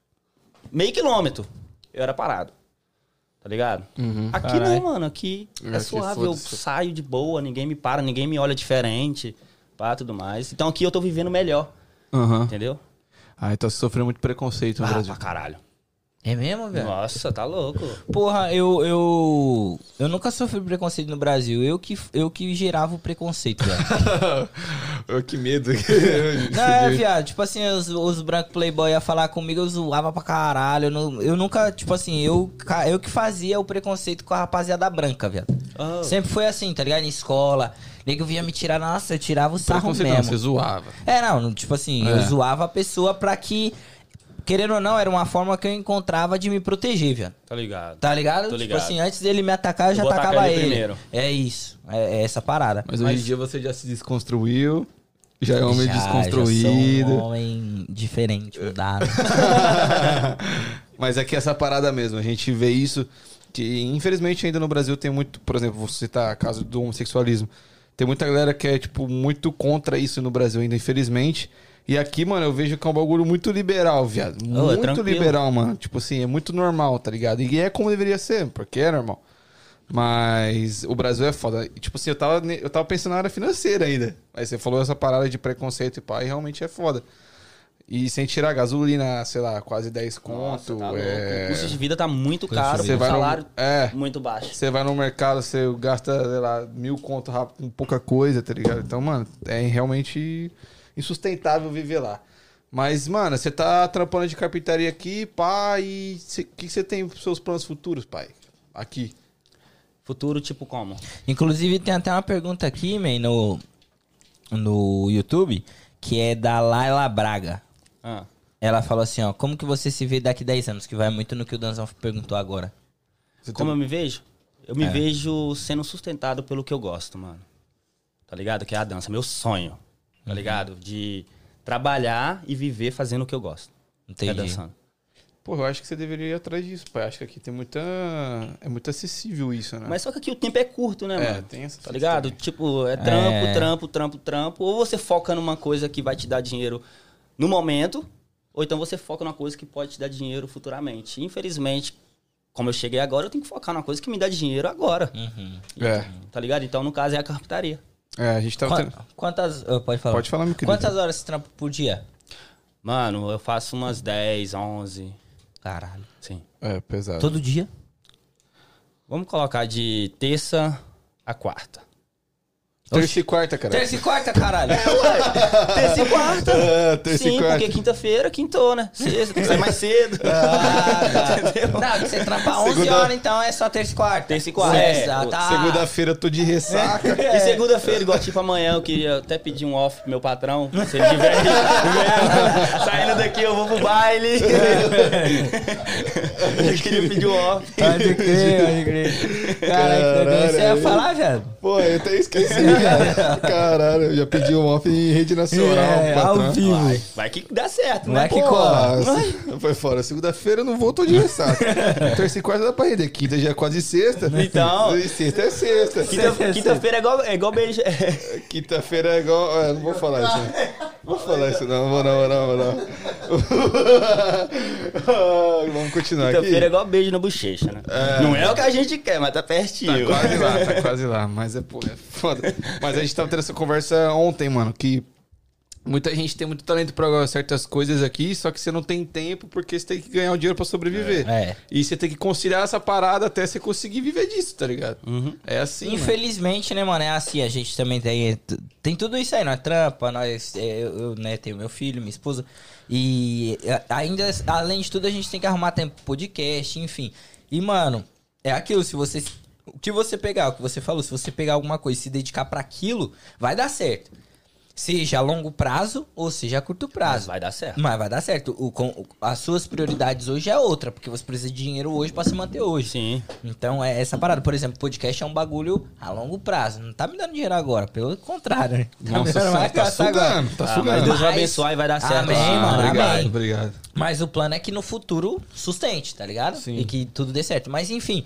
meio quilômetro, eu era parado. Tá ligado? Aqui Caralho. não, mano, aqui é Aqui suave, eu foda-se. saio de boa, ninguém me para, ninguém me olha diferente, pá, tudo mais. Então aqui eu tô vivendo melhor, Aham. entendeu? Ah, então você sofreu muito preconceito no Ah, Brasil. pra caralho. É mesmo, velho? Nossa, tá louco. Porra, eu, eu. Eu nunca sofri preconceito no Brasil. Eu que, eu que gerava o preconceito, velho. Oh, que medo. Não, é, viado. Tipo assim, os, os brancos playboy iam falar comigo, eu zoava pra caralho. Eu, não- eu nunca, tipo assim, eu, ca- eu que fazia o preconceito com a rapaziada branca, viado. Oh. Sempre foi assim, tá ligado? Em escola. Nego vinha me tirar, nossa, eu tirava o sarro Preconceito não, mesmo. você zoava. É, não, tipo assim, eu É. zoava a pessoa pra que, querendo ou não, era uma forma que eu encontrava de me proteger, viado. Tá ligado. Tá ligado? Tô Tipo ligado. assim, antes dele me atacar, eu já vou atacar atacava ele ele. primeiro. É isso. É, é essa parada. Mas hoje em dia você já se desconstruiu, já é homem Já- desconstruído. Já sou um homem diferente, mudado. Mas é que essa parada mesmo, a gente vê isso, que infelizmente ainda no Brasil tem muito, por exemplo, vou citar a caso do homossexualismo, tem muita galera que é, tipo, muito contra isso no Brasil ainda, infelizmente. E aqui, mano, eu vejo que é um bagulho muito liberal, viado. é Muito tranquilo. liberal, mano. Tipo assim, é muito normal, tá ligado? E é como deveria ser, porque é normal. Mas o Brasil é foda. E, tipo assim, eu tava, ne- eu tava pensando na área financeira ainda. Aí você falou essa parada de preconceito e pá, e realmente é foda. E sem tirar a gasolina, sei lá, quase dez conto. Nossa, tá louco. é... O custo de vida tá muito Custo caro, de Você o vai no- salário é. muito baixo. Você vai no mercado, você gasta, sei lá, mil conto rápido com pouca coisa, tá ligado? Então, mano, é realmente insustentável viver lá. Mas, mano, você tá trampando de carpintaria aqui, pá, e o que você tem pros seus planos futuros, pai? Aqui. Futuro tipo como? Inclusive, tem até uma pergunta aqui, man, no, no YouTube, que é da Laila Braga. Ah, Ela falou assim, ó, como que você se vê daqui dez anos? Que vai muito no que o Danzão perguntou agora. Você como eu tem... me vejo? Eu me vejo sendo sustentado pelo que eu gosto, mano. Tá ligado? Que é a dança, meu sonho. Tá ligado? De trabalhar e viver fazendo o que eu gosto. Que é Entendi. dançando. Pô, eu acho que você deveria ir atrás disso, pai. Acho que aqui tem muita... É muito acessível isso, né? Mas só que aqui o tempo é curto, né, É, mano? tem essa Tá fita ligado? também. Tipo, é trampo, É. trampo, trampo, trampo. Ou você foca numa coisa que vai te dar dinheiro no momento, ou então você foca numa coisa que pode te dar dinheiro futuramente. Infelizmente, como eu cheguei agora, eu tenho que focar numa coisa que me dá dinheiro agora. Uhum. É. Tá ligado? Então, no caso, é a carpintaria. É, a gente tava... Qua- tendo- Quantas... ah, pode falar. Pode falar, meu querido. Quantas horas você trampa por dia? Mano, eu faço umas dez, onze. Caralho. Sim. É, pesado. Todo dia? Vamos colocar de terça a quarta. Terça e quarta, cara. Terça e quarta, caralho. Terça e quarta? É, terça e Sim, quarta. porque quinta-feira, quintou, né? Sexta, tem que sair mais cedo. Ah, tá. Não, você trampa onze Segunda- horas, então é só terça e quarta. Terça e quarta. Sexta, É, tá. Segunda-feira eu tô de ressaca. E segunda-feira, igual tipo amanhã, eu queria até pedir um off pro meu patrão. Se ele tiver aí, saindo daqui, eu vou pro baile. Eu queria pedir um off. Pode crer, pode crer. Caralho, Caralho, você ia aí. falar, velho? Pô, eu até esqueci. Caralho, eu já pedi um off em rede nacional. É, patrão. ao vivo. Vai, vai que dá certo, né? Vai que Pô, cola. Nossa, foi fora. Segunda-feira eu não vou, tô de ressaca. Terça e quarta dá pra render. Quinta já é quase sexta. Então- E sexta é sexta. Quinta- Quinta-feira é igual, é igual beijo. Quinta-feira é igual. É, não vou falar isso. Não. Vou falar isso, não. Vou não, vou não, vou não. Vamos continuar aqui. Quinta-feira é igual beijo na bochecha, né? Não é o que a gente quer, mas tá pertinho. Tá quase lá, tá quase lá. Mas é, pô, é foda. Mas a gente tava tendo essa conversa ontem, mano, que muita gente tem muito talento pra certas coisas aqui, só que você não tem tempo porque você tem que ganhar o dinheiro pra sobreviver. É. E você tem que conciliar essa parada até você conseguir viver disso, tá ligado? É assim, mano. Infelizmente, né, mano, é assim, a gente também tem, tem tudo isso aí, nós trampa, nós, é, eu, eu, né, tenho meu filho, minha esposa, e é, ainda, além de tudo, a gente tem que arrumar tempo pro podcast, enfim. E, mano, é aquilo, se você, o que você pegar, o que você falou, se você pegar alguma coisa e se dedicar pra aquilo, vai dar certo. Seja a longo prazo ou seja a curto Mas prazo. vai dar certo. Mas vai dar certo. O, com, as suas prioridades hoje é outra, porque você precisa de dinheiro hoje pra se manter hoje. Sim. Então é essa parada. Por exemplo, podcast é um bagulho a longo prazo. Não tá me dando dinheiro agora, pelo contrário, né? Tá me Nossa, dando mais tá caçar agora. sugando, tá Ah, sugando. mas Deus vai Mas- abençoar e vai dar certo. Amém, Ah, mano. Obrigado, amém. obrigado. Mas o plano é que no futuro sustente, tá ligado? Sim. E que tudo dê certo. Mas enfim,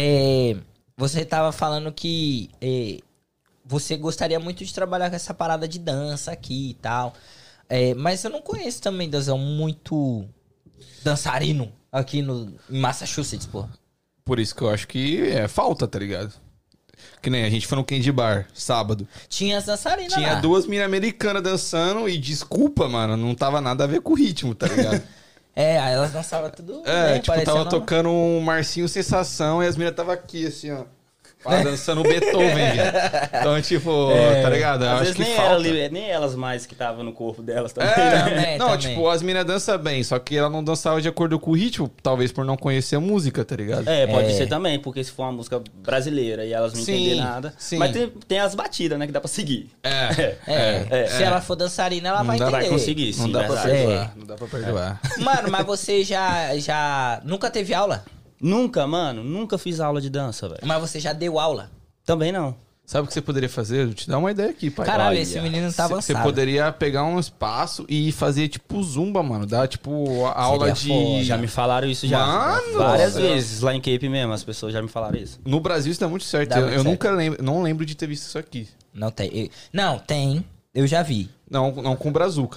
é, você tava falando que é, você gostaria muito de trabalhar com essa parada de dança aqui e tal. É, mas eu não conheço também, Dazão, muito dançarino aqui no, em Massachusetts, pô. Por isso que eu acho que é falta, tá ligado? Que nem a gente foi no Candy Bar, sábado. Tinha as dançarinas Tinha lá. duas minas americanas dançando e desculpa, mano, não tava nada a ver com o ritmo, tá ligado? É, aí elas dançavam tudo. É, né, tipo, parecendo- tava tocando um Marcinho Sensação e as minas tava aqui, assim, ó. Pá, dançando o Beethoven, velho. Então, tipo, tá ligado? Eu Às acho vezes que nem, falta. ela, ali- nem elas mais que estavam no corpo delas também. É, né? Também, não, também. tipo, as minas dançam bem, só que ela não dançava de acordo com o ritmo, talvez por não conhecer a música, tá ligado? É, pode É. ser também, porque se for uma música brasileira e elas não Sim, entenderem nada. sim. Mas tem, tem as batidas, né, que dá pra seguir. É, É, É, se é. ela for dançarina, ela vai dá- entender. Vai conseguir, sim, não dá pra verdade. perdoar, É. não dá pra perdoar. Mano, mas você já, já nunca teve aula? Nunca, mano, nunca fiz aula de dança, velho. Mas você já deu aula? Também não. Sabe o que você poderia fazer? Eu vou te dar uma ideia aqui, pai. Caralho, Olha, esse menino tá Você avançado. poderia pegar um espaço e fazer, tipo, zumba, mano. Dar, tipo, a aula de... foda. Já me falaram isso já. Mano! Várias Nossa. vezes, lá em Cape mesmo, as pessoas já me falaram isso. No Brasil isso dá muito certo. Dá eu muito eu certo. nunca lembro, não lembro de ter visto isso aqui. Não tem. Eu- Não, tem. Eu já vi. Não, não com brazuca.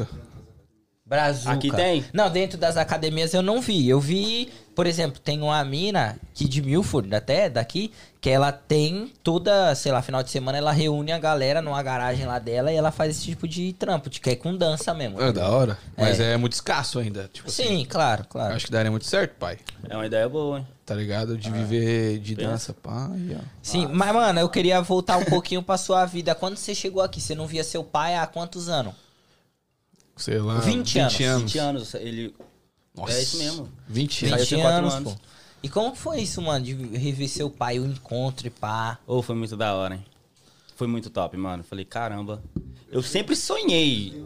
Brazuca. Aqui tem? Não, dentro das academias eu não vi. Eu vi, por exemplo, tem uma mina que de Milford, até daqui, que ela tem toda, sei lá, final de semana ela reúne a galera numa garagem lá dela e ela faz esse tipo de trampo, de que é com dança mesmo. É da hora. Mas é, muito escasso ainda. Tipo assim. Sim, claro, claro. Acho que daria muito certo, pai. É uma ideia boa, hein? Tá ligado? De viver de pensa. dança, pai. Ó. Sim, mas mano, eu queria voltar um pouquinho pra sua vida. Quando você chegou aqui, você não via seu pai há quantos anos? Sei lá. vinte anos. vinte anos, ele... Nossa. É isso mesmo. vinte anos. Saiu vinte tem quatro anos, anos. pô. E como que foi isso, mano, de rever seu pai, o encontro e pá? Ô, foi muito da hora, hein? Foi muito top, mano. Falei, caramba. Eu sempre sonhei.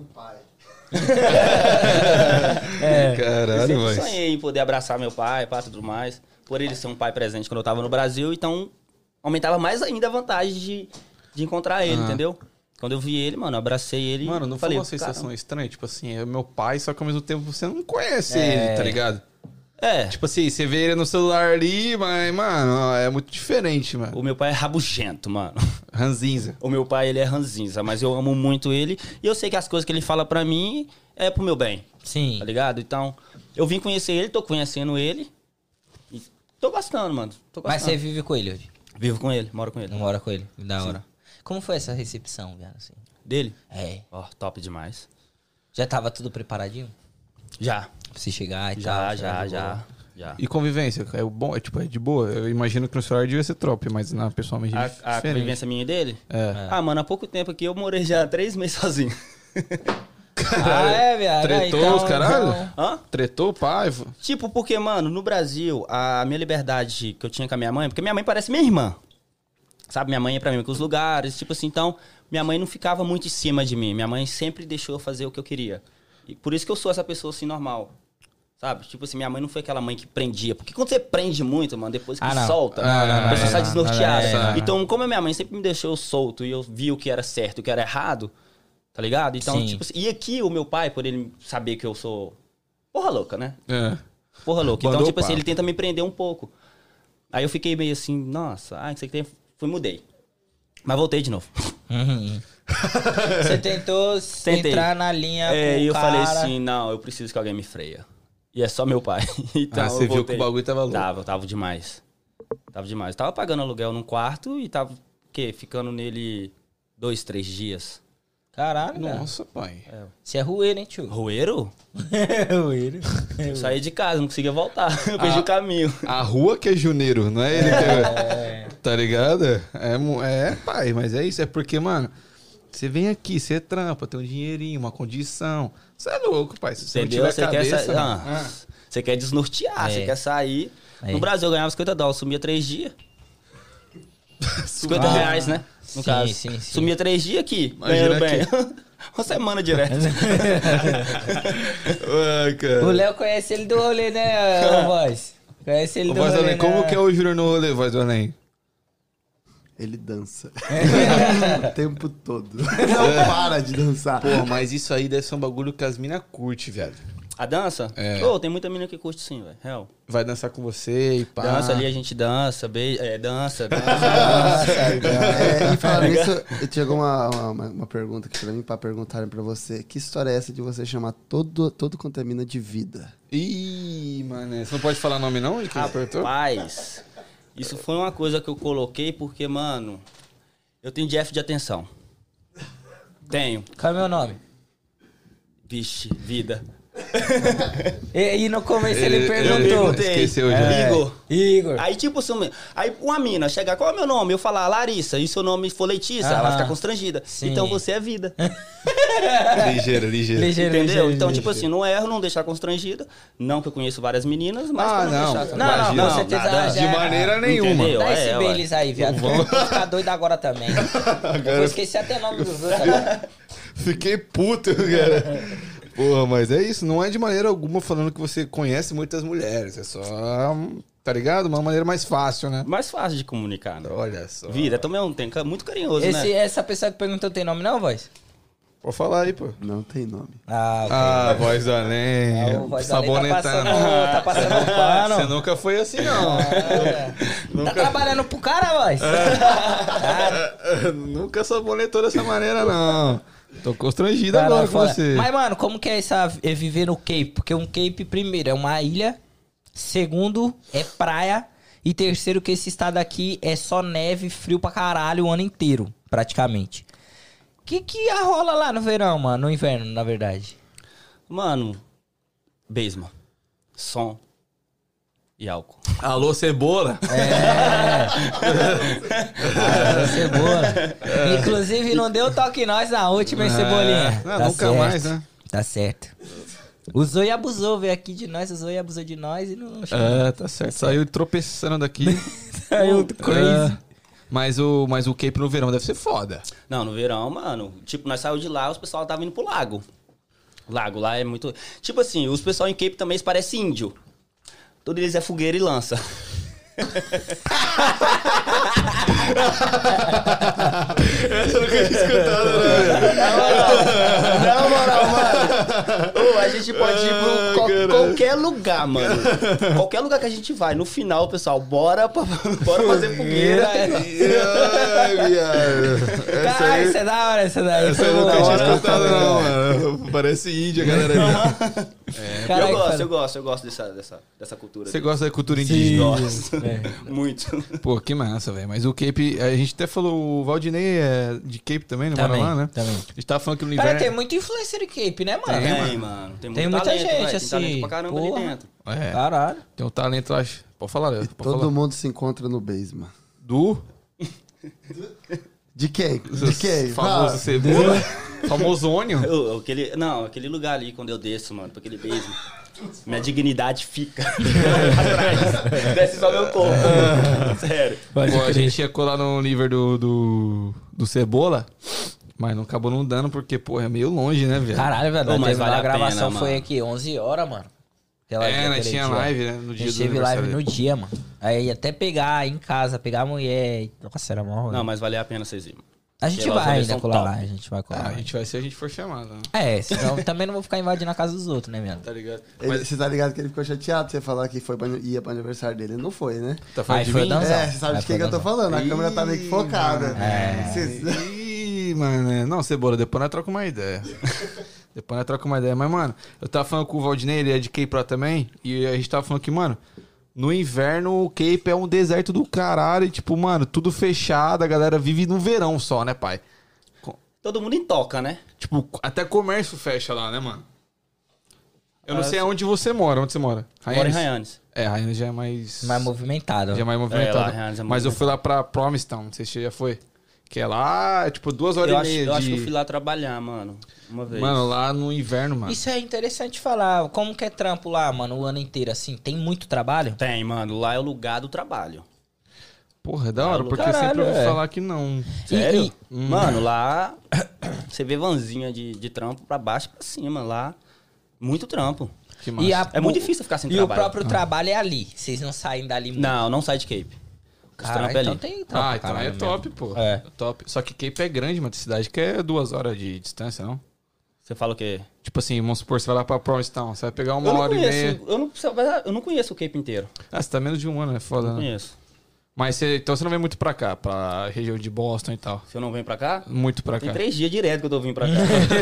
Eu Caralho, sempre mas... sonhei em poder abraçar meu pai, pá, tudo mais. Por ele ser um pai presente quando eu tava no Brasil, então aumentava mais ainda a vantagem de, de encontrar ele, Ah. entendeu? Quando eu vi ele, mano, eu abracei ele Mano, não falei, foi uma sensação "Caramba." estranha? Tipo assim, é meu pai, só que ao mesmo tempo você não conhece É. ele, tá ligado? É, Tipo assim, você vê ele no celular ali, mas, mano, ó, é muito diferente, mano. o meu pai é rabugento, mano. Ranzinza. O meu pai, ele é ranzinza, mas eu amo muito ele. E eu sei que as coisas que ele fala pra mim é pro meu bem, Sim. tá ligado? Então, eu vim conhecer ele, tô conhecendo ele. E tô gostando, mano. Tô gostando. Mas você vive com ele hoje? Vivo com ele, moro com ele. Não mora com ele? Da hora. Como foi essa recepção, viado, assim? Dele? É. Ó, top demais. Já tava tudo preparadinho? Já. Pra você chegar e Já, tal? já, de já. boa? Já. E convivência, é o bom, é tipo, é de boa. Eu imagino que no celular devia ser trope, mas na pessoalmente é A, a diferente. convivência minha e dele? É. Ah, mano, há pouco tempo aqui eu morei já três meses sozinho. Ah, é, viado? Tretou Então, os caralho? então- Hã? Tretou, pai? Tipo, porque, mano, no Brasil, a minha liberdade que eu tinha com a minha mãe, porque minha mãe parece minha irmã. Sabe, minha mãe ia pra mim com os lugares, tipo assim, então, minha mãe não ficava muito em cima de mim. Minha mãe sempre deixou eu fazer o que eu queria. E por isso que eu sou essa pessoa assim, normal. Sabe? Tipo assim, minha mãe não foi aquela mãe que prendia. Porque quando você prende muito, mano, depois que Ah, não. solta, Não, não, a não, pessoa não, sai não, desnorteada. não, não, não. Então, como a minha mãe sempre me deixou solto e eu vi o que era certo e o que era errado, tá ligado? Então, Sim. tipo assim, e aqui o meu pai, por ele saber que eu sou porra louca, né? É. Porra louca. Então, Mandou tipo assim, papo. ele tenta me prender um pouco. Aí eu fiquei meio assim, nossa, ah, isso aqui tem... Fui, mudei. Mas voltei de novo. Uhum. Você tentou Tentei. entrar na linha É, com e o eu cara. falei assim, não, eu preciso que alguém me freia. E é só meu pai. Então, Ah, você eu viu voltei. que o bagulho tava louco. Tava, tava demais. Tava demais. Tava pagando aluguel num quarto e tava, o quê? Ficando nele dois, três dias. Caralho, cara. Nossa, pai. Você é rueiro, hein, tio? Roeiro? rueiro. Eu saí de casa, não conseguia voltar. Eu perdi o caminho. A rua que é Juneiro, não é ele que é. Tá ligado? É, mu- é, pai, mas é isso. É porque, mano, você vem aqui, você trampa, tem um dinheirinho, uma condição. Você é louco, pai. Se você Entendeu? não Você tiver quer, cabeça... sa... mano. ah, você quer desnortear, É. você quer sair. É. No Brasil eu ganhava cinquenta dólares, sumia três dias. cinquenta Ah, reais, né? No sim, caso. sim, sim. Sumia três dias aqui, Imagina ganhando bem. Uma semana direto. Ai, cara. O Léo conhece ele do rolê, né, ô voz? Conhece ele Ô, do Voz do rolê, Além, como né? que é o Júnior no rolê, Voz do Além? Ele dança. O tempo todo. Não para de dançar. Pô, mas isso aí deve ser um bagulho que as minas curtem, velho. A dança? É. Ô, tem muita menina que curte sim, velho. Real. Vai dançar com você e pá. Dança ali, a gente dança, beija, é, dança, dança. É, e falando nisso, chegou uma, uma, uma pergunta aqui pra mim, pra perguntarem pra você. Que história é essa de você chamar todo, todo quanto é mina de vida? Ih, mano, você não pode falar nome não? De quem apertou? Rapaz, isso foi uma coisa que eu coloquei porque, mano, eu tenho déficit de atenção. Tenho. Qual é o meu nome? Vixe, vida. E, e no começo ele, Ele- perguntou. ele esqueceu já. É, Igor. Igor. Aí, tipo, se uma- aí uma mina chegar, qual é o meu nome? Eu falar Larissa, e seu nome for Letícia, ela vai Aham. ficar constrangida. Sim. Então você é vida. Ligeiro, ligeiro. Ligeiro, Entendeu? ligeiro, Então, ligeiro. tipo assim, não erro, não deixar constrangida. Não que eu conheço várias meninas, mas Ah, pra não, não. deixar. Não, não, Imagina. com certeza nada. já De é- maneira nenhuma. Entendeu? Dá É, esse ué. Baileys aí, viado. Eu vou ficar doido agora também. Eu vou esquecer até o nome dos outros agora. Fiquei puto, cara. Porra, mas é isso. Não é de maneira alguma falando que você conhece muitas mulheres. É só, tá ligado? Uma maneira mais fácil, né? Mais fácil de comunicar, né? Olha só. Vida, também é um tempo muito carinhoso, Esse, né? essa pessoa que perguntou tem nome não, voz? Pode falar aí, pô. Não tem nome. Ah, ok. Ah, voz do além. Ah, o voz do além tá Sabonetando. passando, tá passando pano. Você nunca foi assim, não. Ah, tá trabalhando pro cara, voz? Nunca sabonetou dessa maneira, não. Tô constrangido Cara, agora com fora. você. Mas, mano, como que é, essa, é viver no Cape? Porque um Cape, primeiro, é uma ilha. Segundo, é praia. E terceiro, que esse estado aqui é só neve, frio pra caralho o ano inteiro, praticamente. O que que rola lá no verão, mano? No inverno, na verdade. Mano, Besma, som e álcool. Alô, cebola? Ah, cebola. Inclusive, não deu toque em nós na última, hein, Cebolinha? não, Tá nunca certo. mais, né? Tá certo. Usou e abusou, veio aqui de nós, usou e abusou de nós e não... É, tá certo. Saiu tropeçando daqui. Saiu crazy. É, mas o, mas o Cape no verão deve ser foda. Não, no verão, mano, tipo, nós saímos de lá, os pessoal tava indo pro lago. Lago lá é muito... Tipo assim, os pessoal em Cape também parecem índio. Todos eles é fogueira e lança. Essa eu nunca tinha escutado, né? Na moral, mano. Ô, a gente pode ir pro qual- qualquer lugar, mano. Qualquer lugar que a gente vai. No final, pessoal, bora, pra, bora fazer fogueira. Ai, viado. Essa Caralho, aí, isso é da hora, essa daí. essa Foi eu nunca boa. tinha escutado, não, mano. Parece índia, galera. Caralho, eu gosto, cara. eu gosto, eu gosto dessa, dessa, dessa cultura. Você gosta da cultura indígena? Gosto. Muito. Pô, que massa, velho. Mas o Cape, a gente até falou, o Valdinei é de Cape também, não Também, mora lá, né? também. A gente tava falando que no Cara, inverno... tem muita influência de Cape, né, mano? Tem, mano. Tem, muito Tem muita talento, gente, velho. assim, Tem talento pra caramba porra. ali dentro. É, Caralho. tem um talento, eu acho. Pode falar, Léo. Pode Todo falar. mundo se encontra no Basement. Do De quem? De quem? famoso Fala. cebola, famoso ônio. Eu- aquele, não, aquele lugar ali, quando eu desço, mano, pra aquele beijo, minha dignidade fica atrás. Desce só meu corpo. Sério. Pô, a gente ia colar no nível do, do, do Cebola, mas não acabou não dando, porque, pô, é meio longe, né, velho? Caralho, velho. Ô, mas Teve vale lá, a a gravação pena, foi mano. aqui, onze horas, mano. Aquela É, nós aquele tinha dia. live, né? No A dia gente do teve live aniversário no dele. dia, mano. Aí até pegar em casa, pegar a mulher. e- Nossa, era mó rolê. Não, mas valeu a pena vocês irem. A gente Aquelas vai rolês ainda são colar top. lá, a gente vai colar Ah, a lá. gente vai ser, a gente for chamado, né? É, senão também não vou ficar invadindo a casa dos outros, né, mano? Tá ligado? Ele- Mas Você tá ligado que ele ficou chateado você falar que foi pra, ia pro aniversário dele. Ele não foi, né? tá falando Aí de foi mim? dançar. Danzão. É, você sabe Aí de quem que foi eu tô danzão. falando. A câmera tá meio que focada. É. Vocês- Ih, mano. Não, Cebola, depois nós trocamos uma ideia. Depois nós trocamos uma ideia. Mas, mano, eu tava falando com o Valdinei, ele é de K-Pro também. E a gente tava falando que, mano, no inverno o Cape é um deserto do caralho. E, tipo, mano, tudo fechado. A galera vive no verão só, né, pai? Todo mundo em toca, né? Tipo, até comércio fecha lá, né, mano? Eu não Ah, sei eu aonde você mora. Onde você mora? Moro em Ryannes. É, Ryannes já é mais... Mais movimentado. Já é mais É, movimentado. lá, Ryannes é Mas eu movimentado. fui lá pra Promistown. Não sei se você já foi. Que é lá, é, tipo, duas horas Eu e acho, meia eu de... acho que eu fui lá trabalhar, mano. Uma vez. Mano, lá no inverno, mano. Isso é interessante falar. Como que é trampo lá, mano, o ano inteiro, assim? Tem muito trabalho? Tem, mano. Lá é o lugar do trabalho. Porra, é da hora, porque Caralho, eu sempre ouvi é. falar que não. Sério? E- Hum. Mano, lá você vê vanzinha de, de trampo pra baixo e pra cima. Lá, muito trampo. Que massa. E a- É muito o- difícil ficar sem E trabalho. o próprio trabalho é ali. Vocês não saem dali muito. Não, não sai de Cape. Os Caralho, trampos é então ali. tem trampo. Ah, então caralho é mesmo. top, pô. É. É top. Só que Cape é grande, mano. Cidade que é duas horas de distância, não? Você fala o quê? Tipo assim, vamos supor, você vai lá pra Promistown. Você vai pegar uma Eu não hora e meia. conheço. Eu não, eu não conheço o Cape inteiro. Ah, você tá menos de um ano, é foda, Não né? conheço. Mas você, então você não vem muito pra cá, pra região de Boston e tal. Se eu não venho pra cá, Muito pra tem cá. três dias direto que eu tô vindo pra cá.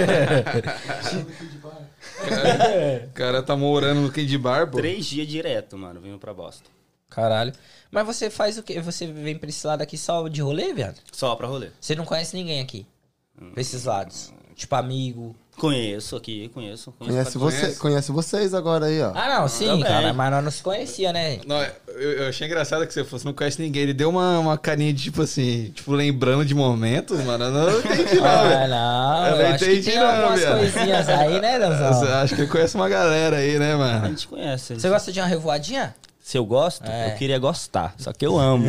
O cara tá morando no Candy Bar, pô. Três dias direto, mano, vindo pra Boston. Caralho. Mas você faz o quê? Você vem pra esse lado aqui só de rolê, viado? Só pra rolê. Você não conhece ninguém aqui? Pra esses lados? Tipo amigo. Conheço aqui, conheço. Conhece, pra- você, conhece? conhece vocês agora aí, ó. Ah, não, sim, também. cara. Mas nós não se conhecia, né? Não, eu, eu achei engraçado que você fosse, não conhece ninguém. Ele deu uma, uma carinha de tipo assim, tipo, lembrando de momentos, mano. Eu não entendi, não, Ah, velho. não. Eu Eu, não acho que entendi tem não, algumas viado. coisinhas aí, né, Eu Danzão? acho que ele conhece uma galera aí, né, A mano? gente conhece. Você gosta de uma revoadinha? Se eu gosto, É. eu queria gostar. Só que eu amo.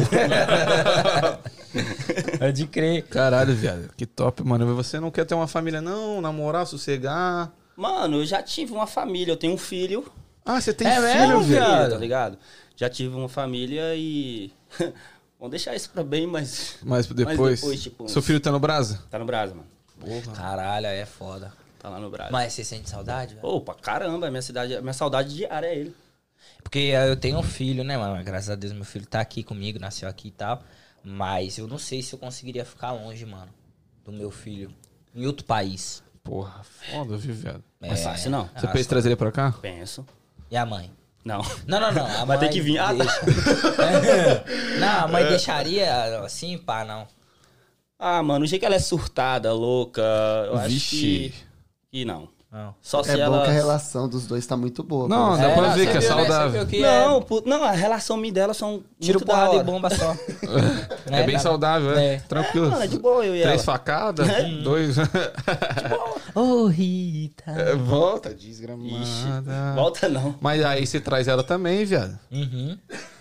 Pode crer. Caralho, viado. Que top, mano. Você não quer ter uma família, não? Namorar, sossegar? Mano, eu já tive uma família. Eu tenho um filho. Ah, você tem É filho, mesmo, velho? viado? Tá ligado? Já tive uma família e... Vamos deixar isso pra bem, mas... Mas depois. depois, tipo, Seu filho tá no Brasa? Tá no Brasa, mano. Caralho, aí é foda. Tá lá no Brasa. Mas você sente saudade, velho? Opa, caramba, a minha, cidade, a minha saudade diária é ele. Porque eu tenho um filho, né, mano? Graças a Deus meu filho tá aqui comigo, nasceu aqui e tal. Mas eu não sei se eu conseguiria ficar longe, mano, do meu filho. Em outro país. Porra, foda, viu, viado? Não é fácil, não. Você Ah, pensa em trazer ele pra cá? Penso. E a mãe? Não. Não, não, não. A Vai ter mãe que vir. Ah, tá. deixa. Não, a mãe deixaria assim, pá, não. Ah, mano, o jeito que ela é surtada, louca, eu acho Vixe. que... Que não. Não. Só se É bom ela... que a relação dos dois tá muito boa. Não, pô. dá pra não, ver você que é viu, né? Você saudável. viu que Não, é... pu- não, a relação minha e dela são Tiro muito da porrada hora. e bomba só. É bem Dá- saudável, é. É. Tranquilo. É, mano, é de boa eu e Três ela. facadas, dois. Ô, Rita. É, volta, Ixi, desgramada. volta não. Mas aí você traz ela também, viado. Uhum.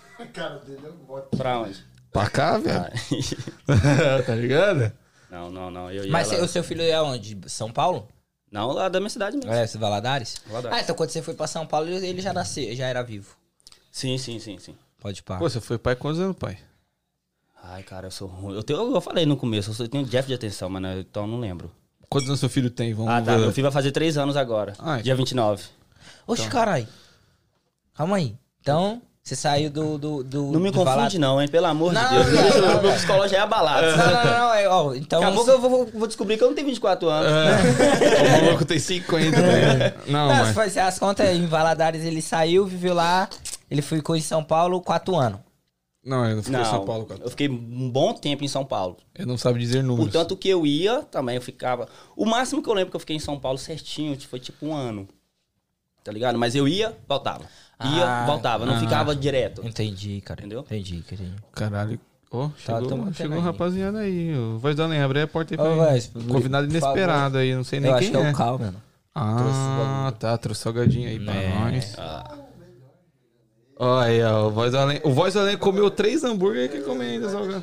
Pra onde? Pra cá, viado. Tá ligado? Não, não, não. Eu e Mas ela... o seu filho é onde? São Paulo? Não, lá da minha cidade mesmo. É, Valadares? Valadares. Ah, então quando você foi pra São Paulo, ele ele já nasceu, já era vivo. Sim, sim, sim, sim. Pode pá. Pô, você foi pai quantos anos, pai? Ai, cara, eu sou ruim. Eu, tenho, eu falei no começo, eu sou- eu tenho déficit de atenção, mas né, então eu não lembro. Quantos anos seu filho tem? Vamos Ah, tá. ver. Meu filho vai fazer três anos agora. Ai. Dia vinte e nove. Oxe, carai. Calma aí. Então, você saiu do... do, do Não me do confunde Valadares. não, hein? Pelo amor Não, de Deus. não, Deixa não, o não. meu psicológico já é abalado. Não, não, não, não. É, ó, então... Daqui a pouco eu vou, vou descobrir que eu não tenho vinte e quatro anos. O maluco tem cinquenta, né? Não, Não, se mas... fazer as contas, em Valadares ele saiu, viveu lá, ele ficou em São Paulo quatro anos. Não, eu não fiquei Não, em São Paulo, cara. eu fiquei um bom tempo em São Paulo. Eu não sabe dizer números. Portanto, que eu ia, também eu ficava... O máximo que eu lembro que eu fiquei em São Paulo certinho foi tipo um ano. Tá ligado? Mas eu ia, voltava. Ia, Ah, voltava. Não ah. ficava direto. Entendi, cara. Entendeu? Entendi, entendi. Caralho. Ó, Tá, chegou, tamo chegou tendo um aí. rapaziada aí. Ó. Voz da Além, abre a porta aí pra Ô, mim. Voz, Convidado por inesperado aí, não sei nem Eu quem acho que é é. o Cal, mano. Ah, tá, trouxe salgadinho aí pra É. nós. Ah, Ó, aí, ó, o Voz da Além. O Voz da Além comeu três hambúrguer e quer comer ainda salgado.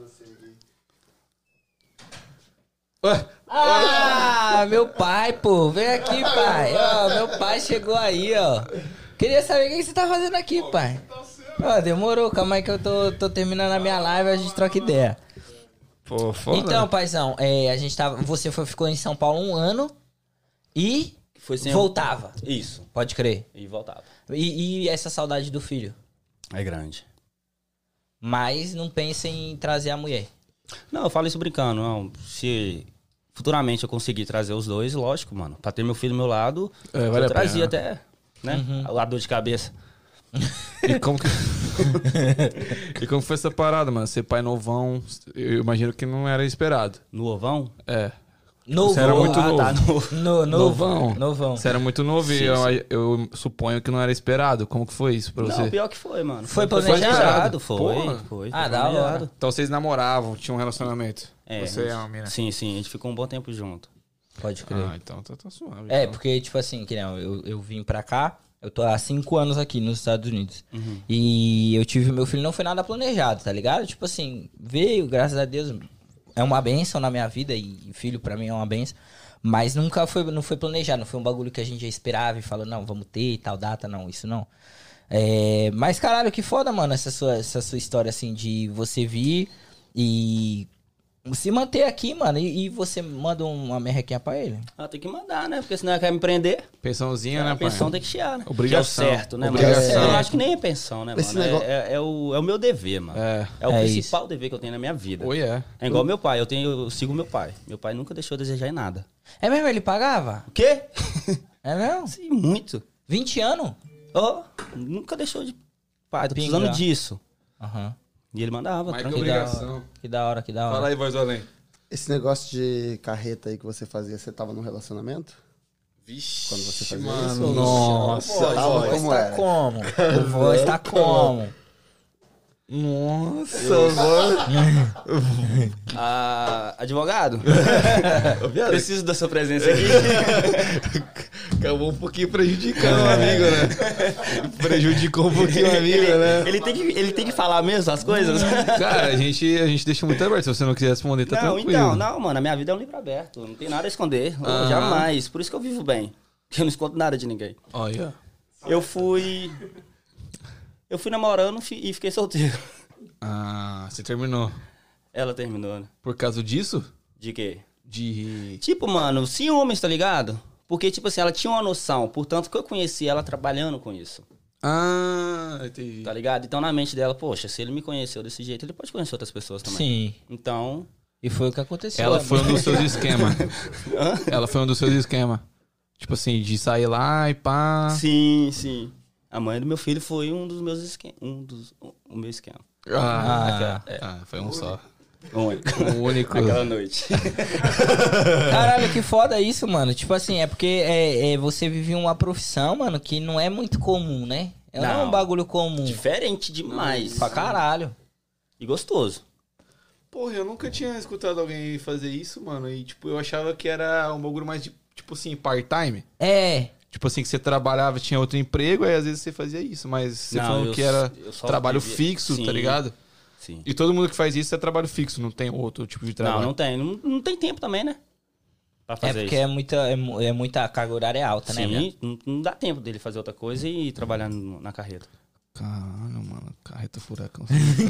Ué, Ah, meu pai, pô. Vem aqui, pai. Ó, meu pai chegou aí, ó. Queria saber o que você tá fazendo aqui, pai. Ó, demorou, calma aí que eu tô, tô terminando a minha live, a gente troca ideia. Pô, foda. Então, paizão, é, a gente tava. Você foi, ficou em São Paulo um ano e Foi sem voltava. Isso. Pode crer. E voltava. E, e essa saudade do filho? É grande. Mas não pensa em trazer a mulher. Não, eu falo isso brincando. Não. Se futuramente eu conseguir trazer os dois, lógico, mano. Pra ter meu filho do meu lado, É, vale eu a trazia pena. até, né? Uhum. A dor de cabeça. E como que... e como foi essa parada, mano? Ser pai novão, eu imagino que não era esperado. No ovão? É. Novo. Você era muito Ah, novo. tá, no... No, novo. Novão. Novão. Você era muito novo e Sim, eu, sim. eu suponho que não era esperado. Como que foi isso pra Não, você? pior que foi, mano. Foi planejado? planejado, Foi, Porra. foi. Ah, foi da hora. planejado. Então vocês namoravam, tinham um relacionamento. É, Você a é gente- uma mina. Sim, sim. A gente ficou um bom tempo junto. Pode crer. Ah, então tá, tá suave. É, então. porque, tipo assim, que não, eu, eu vim pra cá, eu tô há cinco anos aqui nos Estados Unidos. E eu tive meu filho, não foi nada planejado, tá ligado? Tipo assim, veio, graças a Deus, é uma bênção na minha vida e filho pra mim é uma bênção. Mas nunca foi, não foi planejado, não foi um bagulho que a gente já esperava e falou, não, vamos ter tal data, não, isso não. É, mas caralho, que foda, mano, essa sua, essa sua história assim de você vir e se manter aqui, mano, e, e você manda uma merrequinha pra ele. Ah, tem que mandar, né? Porque senão ela quer me prender. Pensãozinha, né, A pai? pensão tem que chiar, né? Obrigação. Que é o certo, né, mano? Obrigação. Eu acho que nem é pensão, né, Esse mano? É- negócio- É, é o, é o meu dever, mano. É. É o É principal dever que eu tenho na minha vida. Oi, é. É igual meu pai, eu, tenho, eu sigo meu pai. Meu pai nunca deixou eu desejar em nada. É mesmo, ele pagava? O quê? É mesmo? Sim, muito. vinte anos? Oh, nunca deixou de... Pai, tô Pingar. precisando disso. Aham. E ele mandava, Mas que tranquilo. Que da Obrigação. hora, que da hora, que da hora. Fala aí, voz do além. Esse negócio de carreta aí que você fazia, você tava num relacionamento? Vixe, Quando você fazia mano, isso? nossa. Tava O voz como tá era? como? O voz tá como? Nossa, mano. Ah, advogado? Preciso da sua presença aqui. Acabou um pouquinho prejudicando o amigo, né? Prejudicou um pouquinho o amigo, né? Ele tem, que, ele tem que falar mesmo as coisas? Cara, a gente, a gente deixa muito aberto. Se você não quiser responder, tá não, tranquilo. então, não, mano. A minha vida é um livro aberto. Não tem nada a esconder. Eu Aham. Jamais. Por isso que eu vivo bem. Porque eu não escondo nada de ninguém. Olha. Eu fui... Eu fui namorando fi- e fiquei solteiro. Ah, você terminou. Ela terminou, né? Por causa disso? De quê? De... Tipo, mano, ciúmes, tá ligado? Porque, tipo assim, ela tinha uma noção. Portanto, que eu conheci ela trabalhando com isso. Ah, entendi. Tá ligado? Então, na mente dela, poxa, se ele me conheceu desse jeito, ele pode conhecer outras pessoas também. Sim. Então... E foi o que aconteceu. Ela né? foi um dos seus esquemas. Ela foi um dos seus esquemas. Tipo assim, de sair lá e pá. Sim, sim. A mãe do meu filho foi um dos meus esquemas. Um dos... O meu esquema. Ah, É. ah, foi um só. O único. O único. Aquela noite. Caralho, que foda isso, mano. Tipo assim, é porque é, é, você vive uma profissão, mano, que não é muito comum, né? É não. Não. um bagulho comum. Diferente demais. Pra caralho. E gostoso. Porra, eu nunca tinha escutado alguém fazer isso, mano. E, tipo, eu achava que era um bagulho mais de, tipo assim, part-time. É. Tipo assim, que você trabalhava, tinha outro emprego, aí às vezes você fazia isso. Mas você Não, falou eu que era s- eu só trabalho vivia- fixo, Sim. tá ligado? Sim. E todo mundo que faz isso é trabalho fixo, não tem outro tipo de trabalho. Não, não tem. Não, não tem tempo também, né? Pra É fazer porque isso. é muita, é, mu- é muita carga horária é alta, né? Sim, não, não dá tempo dele fazer outra coisa e trabalhar no- na carreta. Caralho, mano. Carreta furacão.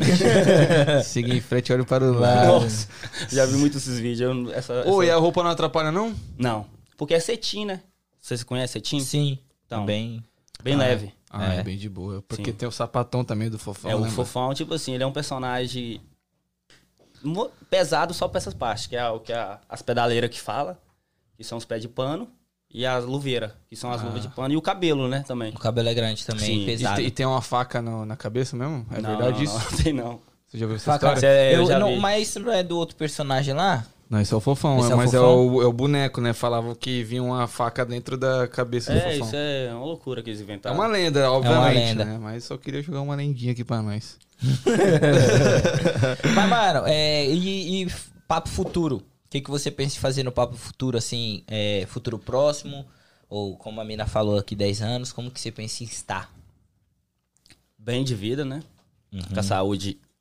Siga em frente, olha para o lado. Nossa, já vi muitos esses vídeos. eu- essa, Ô, essa- e a roupa não atrapalha, não? Não, porque é cetim, né? Vocês conhecem cetim? Sim. Então, Bem. bem Ah, leve. Ah, é, É. bem de boa. Porque Sim. tem o sapatão também do Fofão, É, o né, mano? Fofão, tipo assim, ele é um personagem mo- pesado só pra essas partes, que é o que a- as pedaleiras que fala, que são os pés de pano, e as luveiras, que são as Ah. luvas de pano, e o cabelo, né, também. O cabelo é grande também, Sim. E, pesado. te- e tem uma faca no- na cabeça mesmo? É Não, verdade não, isso? Não, tem não. Você já viu essa Faca- história? É, eu Eu já não- vi. mas isso não é do outro personagem lá? Não, esse é o Fofão, Esse é, é o mas Fofão? É, o, é o boneco, né? Falavam que vinha uma faca dentro da cabeça do É, Fofão. isso é uma loucura que eles É inventaram. uma lenda, obviamente, lenda. né? Mas só queria jogar uma lendinha aqui pra nós. Mas, mano, é, e, e papo futuro? O que, que você pensa em fazer no papo futuro, assim, é, futuro próximo? Ou como a mina falou aqui, dez anos, como que você pensa em estar? Bem de vida, né? Uhum. Com a saúde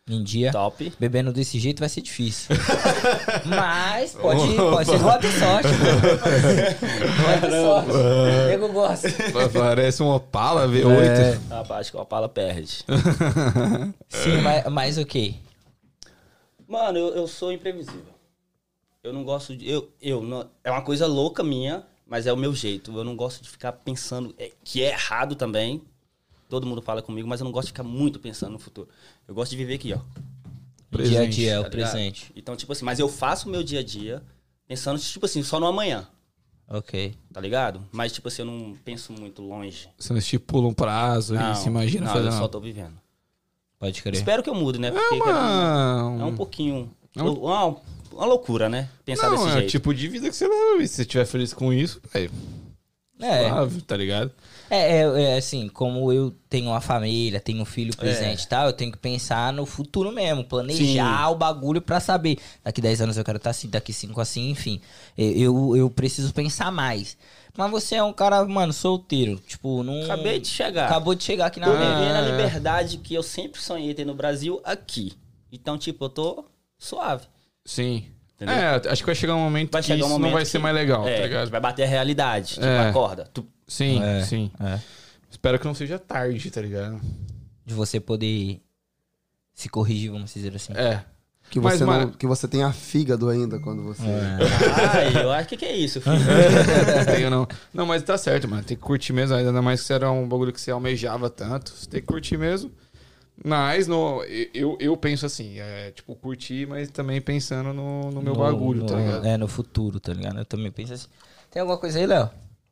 em dia. Top. Bebendo desse jeito vai ser difícil. Mas pode, pode ser roda de sorte. Roda de sorte. Eu gosto. Parece um Opala V oito. É. Rapaz, acho que o Opala perde. Sim, mas, mas o quê? Mano, eu, eu sou imprevisível. Eu não gosto de... Eu, eu não, é uma coisa louca minha, mas é o meu jeito. Eu não gosto de ficar pensando... É, que é errado também. Todo mundo fala comigo, mas eu não gosto de ficar muito pensando no futuro. Eu gosto de viver aqui, ó. O dia a dia, é o Tá ligado? presente. Então, tipo assim, mas eu faço o meu dia a dia pensando, tipo assim, só no amanhã. Ok. Tá ligado? Mas, tipo assim, eu não penso muito longe. Você não estipula um prazo Não, e se imagina não, fazer eu só nada. tô vivendo. Pode crer. Espero que eu mude, né? É Porque uma... é um pouquinho... É um- Uma, uma loucura, né? Pensar Não, desse é jeito. o tipo de vida que você leva. E se você estiver feliz com isso, é É, suave, tá ligado? é, é, é assim, como eu tenho uma família, tenho um filho presente e tal, eu tenho que pensar no futuro mesmo, planejar Sim. o bagulho pra saber. Daqui dez anos eu quero estar assim, daqui cinco assim, enfim. Eu, eu preciso pensar mais. Mas você é um cara, mano, solteiro. Tipo, não. Acabei de chegar. Acabou de chegar aqui na Tô América. vivendo a Ah. liberdade que eu sempre sonhei ter no Brasil aqui. Então, tipo, eu tô suave. Sim. Entendeu? É, acho que vai chegar um momento Vai que chegar um isso momento não vai que- ser mais legal, é, tá ligado? vai bater a realidade. Tipo, É. acorda. Tu... Sim, É, sim. é. Espero que não seja tarde, tá ligado? De você poder se corrigir, vamos dizer assim. É. Que Mas, você, não, mano- que você tenha fígado ainda quando você... Ai, eu acho que que é isso, filho. Tenho não. Não, mas tá certo, mano. Tem que curtir mesmo. Ainda mais que era um bagulho que você almejava tanto. Você tem que curtir mesmo. Mas no, eu, eu penso assim, é tipo, curtir, mas também pensando no, no meu No- bagulho, no- tá ligado? É, no futuro, tá ligado? Eu também penso assim. Tem alguma coisa aí, Léo?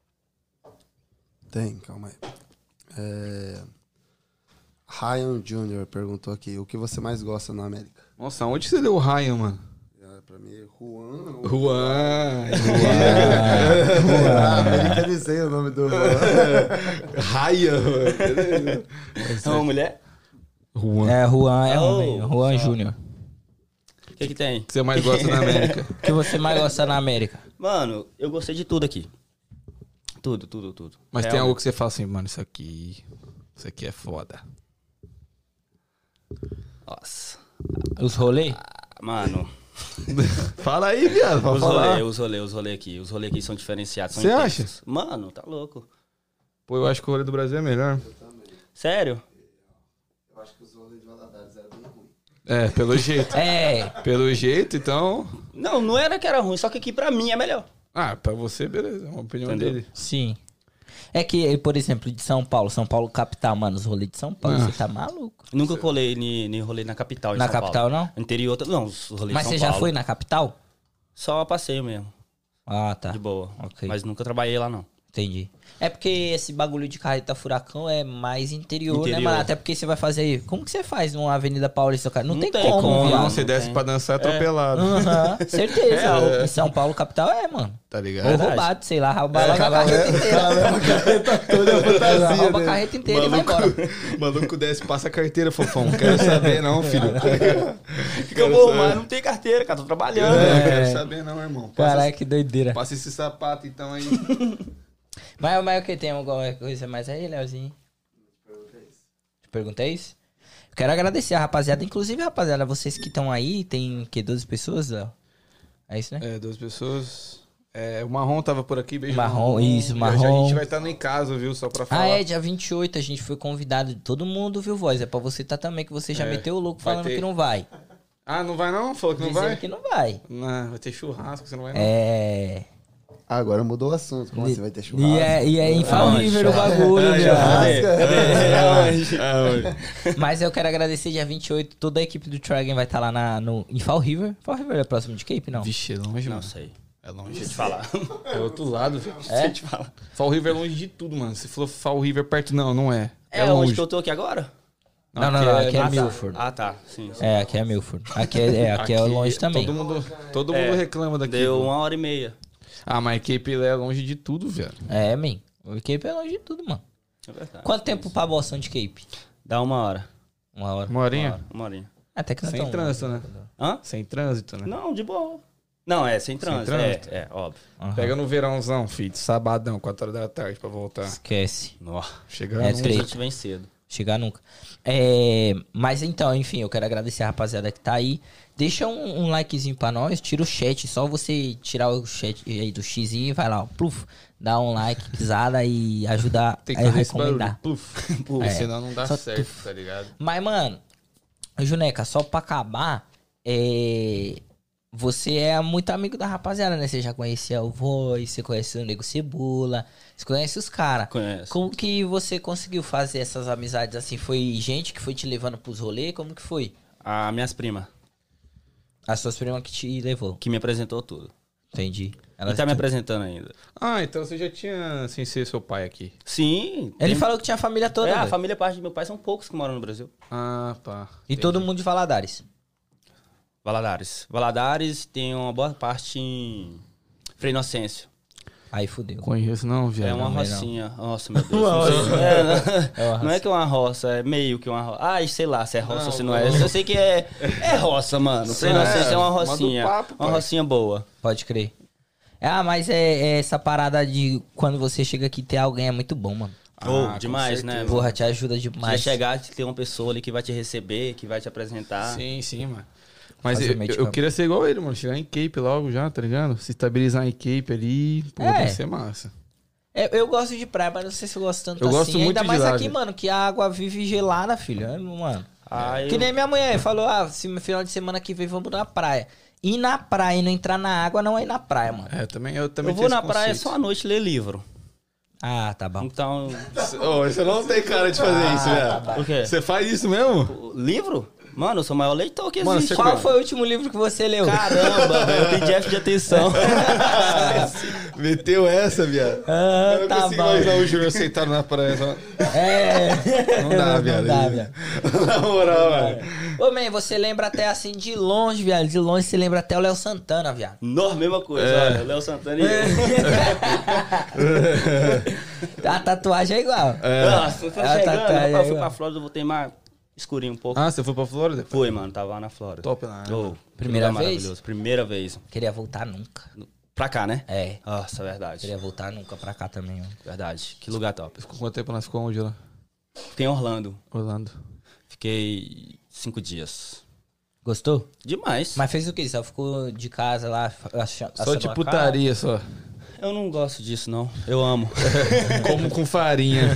Tem, calma aí. É... Ryan Júnior perguntou aqui, o que você mais gosta na América? Nossa, onde você deu o Ryan, mano? É, pra mim, Juan... Juan. Ah, americanizei o nome do Juan. Ryan, mano. É uma mulher? Juan. É, Juan é Oh, homem. Juan só. Júnior. O que que tem? O que você mais gosta na América? O que você mais gosta na América? Mano, eu gostei de tudo aqui. Tudo, tudo, tudo. Mas tem Realmente. algo que você fala assim, mano, isso aqui. Isso aqui é foda. Nossa. Os rolês? Mano, Fala aí, viado. Pode os falar. rolês, os rolês, os rolês aqui. Os rolês aqui são diferenciados. São Você intensos. acha? Mano, tá louco. Pô, eu acho que o rolê do Brasil é melhor. Sério? Eu acho que os rolês de Valadares eram bem ruins. É, pelo jeito. É. Pelo jeito, então. Não, não era que era ruim, só que aqui pra mim é melhor. Ah, pra você, beleza. É uma opinião Entendeu? dele. Sim. É que, por exemplo, de São Paulo, São Paulo capital, mano, os rolês de São Paulo, Ah. você tá maluco? Nunca colei nem, nem rolê na capital. em Na São capital, Paulo. não? Interior, não, os rolês Mas de São você já Paulo. foi na capital? Só a passeio mesmo, Ah, tá. de boa. Ok. Mas nunca trabalhei lá, não. Entendi. É porque esse bagulho de carreta furacão é mais interior, né, Interior. mano? Até porque você vai fazer. Como que você faz numa Avenida Paulista, cara? Não, Não tem, tem como, como, viado. Não, você não desce tem. pra dançar atropelado. Aham, certeza. Em São Paulo, capital é, mano. Tá Ou ligado? Verdade. roubado, sei lá, roubar logo a carreta inteira. Toda a fantasia, Rouba a né? carreta inteira e vai embora. Maluco desce, passa a carteira, fofão. Não quero saber, não, filho. Fica bom, mas não tem carteira, cara, tô trabalhando. É, É. quero saber, não, irmão. Passa, Caralho, que doideira. passa esse sapato, então, aí. Mas, mas o que tem alguma coisa mais aí, Leozinho? Te perguntei isso? Eu quero agradecer a rapaziada. Inclusive, rapaziada, vocês que estão aí, tem que doze pessoas, Léo? É isso, né? É, duas pessoas. É, o Marrom tava por aqui, beijo. Marrom, isso, Já- Marrom. Já a gente vai estar no em casa, viu? Só pra falar. Ah, é, dia vinte e oito a gente foi convidado de todo mundo, viu, voz? É pra você tá também, que você já É, meteu o louco vai falando ter. que não vai. Ah, não vai não? Falou que não Dizendo vai? que não vai. Não, vai ter churrasco, você não vai não. É. Ah, agora mudou o assunto. Como assim vai ter churrasco? E é, e é infalível o bagulho, Ai, viado. Ah, Mas eu quero agradecer dia vinte e oito, toda a equipe do Tragen vai estar lá na, no, em Fall River. Fall River é próximo de Cape, não? Vixe, é longe, Não mano. sei. É longe. Deixa eu te falar. É outro lado, velho. Deixa eu te falar. Fall River é longe de tudo, mano. Se falou Fall River perto, não, não é. É, É onde longe. que eu tô aqui agora? Não, não, não, aqui é ah, tá. Milford. Ah, tá. Sim, sim. É, aqui é Milford. Aqui é, é, aqui é longe também. Todo mundo, todo É, mundo reclama daqui. Deu pô. uma hora e meia. Ah, mas Cape é longe de tudo, velho. É, man. O Cape é longe de tudo, mano. É verdade. Quanto tempo pra Boston de Cape? Dá uma hora. Uma hora. Uma horinha? Uma hora. Uma horinha. Até que não é Sem tão trânsito, né? Hã? Sem trânsito, né? Não, de boa. Não, é sem trânsito. trânsito? É, é, óbvio. Aham. Pega no verãozão, filho. Sabadão, quatro horas da tarde pra voltar. Esquece. Nossa. Chega É num- Se a treta. gente vem cedo. chegar nunca. É, mas então, enfim, eu quero agradecer a rapaziada que tá aí. Deixa um, um likezinho pra nós, tira o chat, só você tirar o chat aí do X e vai lá, ó, pluf, dá um like, pisada e ajudar Tem que a fazer esse recomendar. barulho. Pluf. Pluf, É. senão não dá Só certo, tuf. tá ligado? Mas, mano, Juneca, só pra acabar, é... você é muito amigo da rapaziada, né? Você já conhecia o Voz, você conhece o Nego Cebola, você conhece os caras. Conheço. Como que você conseguiu fazer essas amizades assim? Foi gente que foi te levando pros rolês? Como que foi? As minhas primas, As suas primas que te levou. que me apresentou tudo. Entendi. E Elas tá me te- apresentando ainda. Ah, então você já tinha, sem ser seu pai aqui. Sim. Ele tem- falou que tinha a família toda, É, a velho. família parte de meu pai são poucos que moram no Brasil. Ah, pá. E todo mundo de Valadares. Valadares. Valadares tem uma boa parte em Frei Inocêncio. Aí fudeu. Conheço não, viado. É uma não, rocinha. Nossa, meu Deus. Não, sei. É, não, É uma não é que é uma roça, é meio que uma roça. Ah, sei lá se é roça ou se não é. Eu sei que é, é roça, mano. Frei É, Inocêncio é uma manda o rocinha. papo, Uma pai. rocinha boa. Pode crer. Ah, mas é, é essa parada de quando você chega aqui ter alguém é muito bom, mano. Oh, com demais, né? certeza. Porra, te ajuda Você demais. chegar e ter uma pessoa ali que vai te receber, que vai te apresentar. Sim, sim, mano. Mas Fazer eu, meio de eu, eu campo. queria ser igual ele, mano. Chegar em Cape logo já, tá ligado? Se estabilizar em Cape ali, pô, É. deve ser massa. É, eu gosto de praia, mas não sei se eu gosto tanto Eu assim. gosto muito Ainda de mais lá, aqui, velho. mano, que a água vive gelada, filho. É, mano. Ah, eu- Que nem minha mulher falou, ah, se no final de semana que vem vamos na praia. Ir na praia e não entrar na água não é ir na praia, mano. É, também, eu também Eu vou tinha na esse praia conceito. só à noite ler livro. Ah, tá bom. Então. Ô, você não tem cara de fazer isso, velho. O quê? Você faz isso mesmo? Livro? Mano, eu sou o maior leitor que Mano, existe. você- Qual foi o último livro que você leu? Caramba, velho, eu tenho déficit de atenção. Meteu essa, viado. Ah, eu não tá consigo bom. imaginar o Júnior sentado na praia. Só... É. Não dá, viado. Não dá, viado. Na moral, velho. Ô, man, você lembra até assim de longe, viado. De longe você lembra até o Léo Santana, viado. Nossa, mesma coisa, É. olha. Léo Santana e eu. A tatuagem é igual. Nossa, tô É a chegando. tatuagem, Rapaz, eu fui é. pra Flórida, eu voltei mais escurinho um pouco. Ah, você foi pra Flórida? Foi, mano, tava lá na Flórida. Top lá. Oh, Primeira lugar vez? maravilhoso. Primeira vez. Queria voltar nunca. Pra cá, né? É. Nossa, verdade. Queria voltar nunca pra cá também, ó. Verdade. Que lugar top. Ficou quanto tempo nós ficamos onde lá? Fiquei em Orlando. Orlando. Fiquei cinco dias. Gostou? Demais. Mas fez o quê? Só ficou de casa lá, acha- Só assando de a putaria só. Eu não gosto disso, não. Eu amo. Como com farinha.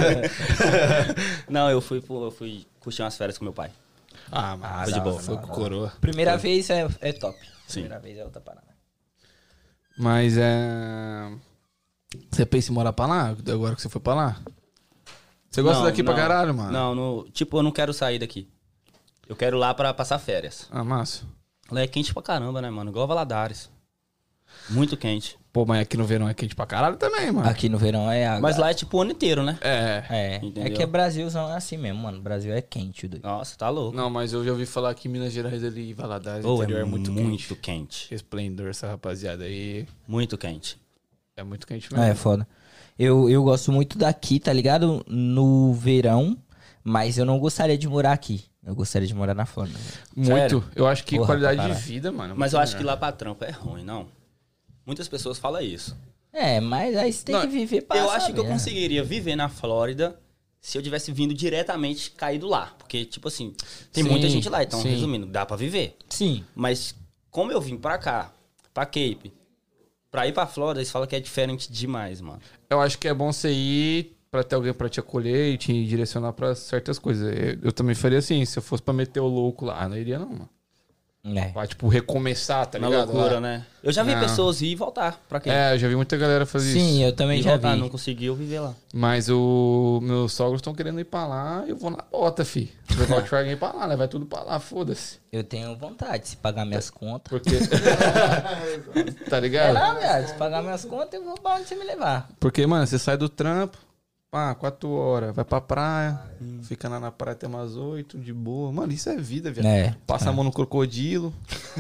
Não, eu fui, pro- eu fui curtir umas férias com meu pai. Ah, mas Ah, foi da de boa. hora, Foi da com hora. coroa. cara? Primeira vez é, é top. Sim. Primeira vez é outra parada. Mas é. Você pensa em morar pra lá? Agora que você foi pra lá? Você gosta Não, daqui pra não. caralho, mano? Não, no, tipo, eu não quero sair daqui. Eu quero ir lá pra passar férias. Ah, massa. Lá é quente pra caramba, né, mano? Igual Valadares. Muito quente. Pô, mas aqui no verão é quente pra caralho também, mano. Aqui no verão é água. Mas lá é tipo o ano inteiro, né? É. É, Entendeu? é que é Brasilzão é assim mesmo, mano. Brasil é quente, doido. Nossa, tá louco. Não, mas eu já ouvi falar que Minas Gerais ali, Valadares, Oh, interior é é muito, muito quente. quente. Esplendor, essa rapaziada aí. Muito quente. É muito quente Ah, mesmo. é foda. Eu, eu gosto muito daqui, tá ligado? No verão, mas eu não gostaria de morar aqui. Eu gostaria de morar na Flórida. Muito. Sério? Eu acho que Porra, qualidade pra de caralho. vida, mano. Mas eu muito acho que melhor. lá pra trampa é ruim, não? Muitas pessoas falam isso. É, mas aí você tem Não, que viver pra eu acho que eu saber, né? conseguiria viver na Flórida se eu tivesse vindo diretamente caído lá. Porque, tipo assim, tem Sim, muita gente lá. Então, sim. resumindo, dá pra viver. Sim. Mas como eu vim pra cá, pra Cape, pra ir pra Flórida, eles falam que é diferente demais, mano. Eu acho que é bom você ir pra ter alguém pra te acolher e te direcionar pra certas coisas. Eu, eu também faria assim, se eu fosse pra meter o louco lá, não iria não, mano. É. Pra, tipo, recomeçar, tá Uma ligado? loucura, Lá. né? Eu já vi Não. pessoas ir e voltar pra Cape. É, eu já vi muita galera fazer Sim, isso. eu também e já voltar, vi. não conseguiu viver lá. Mas o meus sogros estão querendo ir pra lá e eu vou na bota, fi. Levar o Tragen pra lá, né? Vai tudo pra lá, foda-se. Eu tenho vontade, se pagar minhas contas. Porque. tá É ligado? lá, viado. Se pagar minhas contas, eu vou pra onde você me levar. Porque, mano, você sai do trampo, pá, quatro horas, vai pra praia, fica lá na praia até umas oito, de boa. Mano, isso é vida, viado. É. Passa a mão no crocodilo,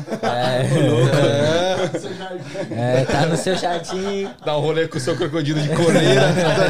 É, tá no seu jardim. dá um rolê com o seu crocodilo de coleira.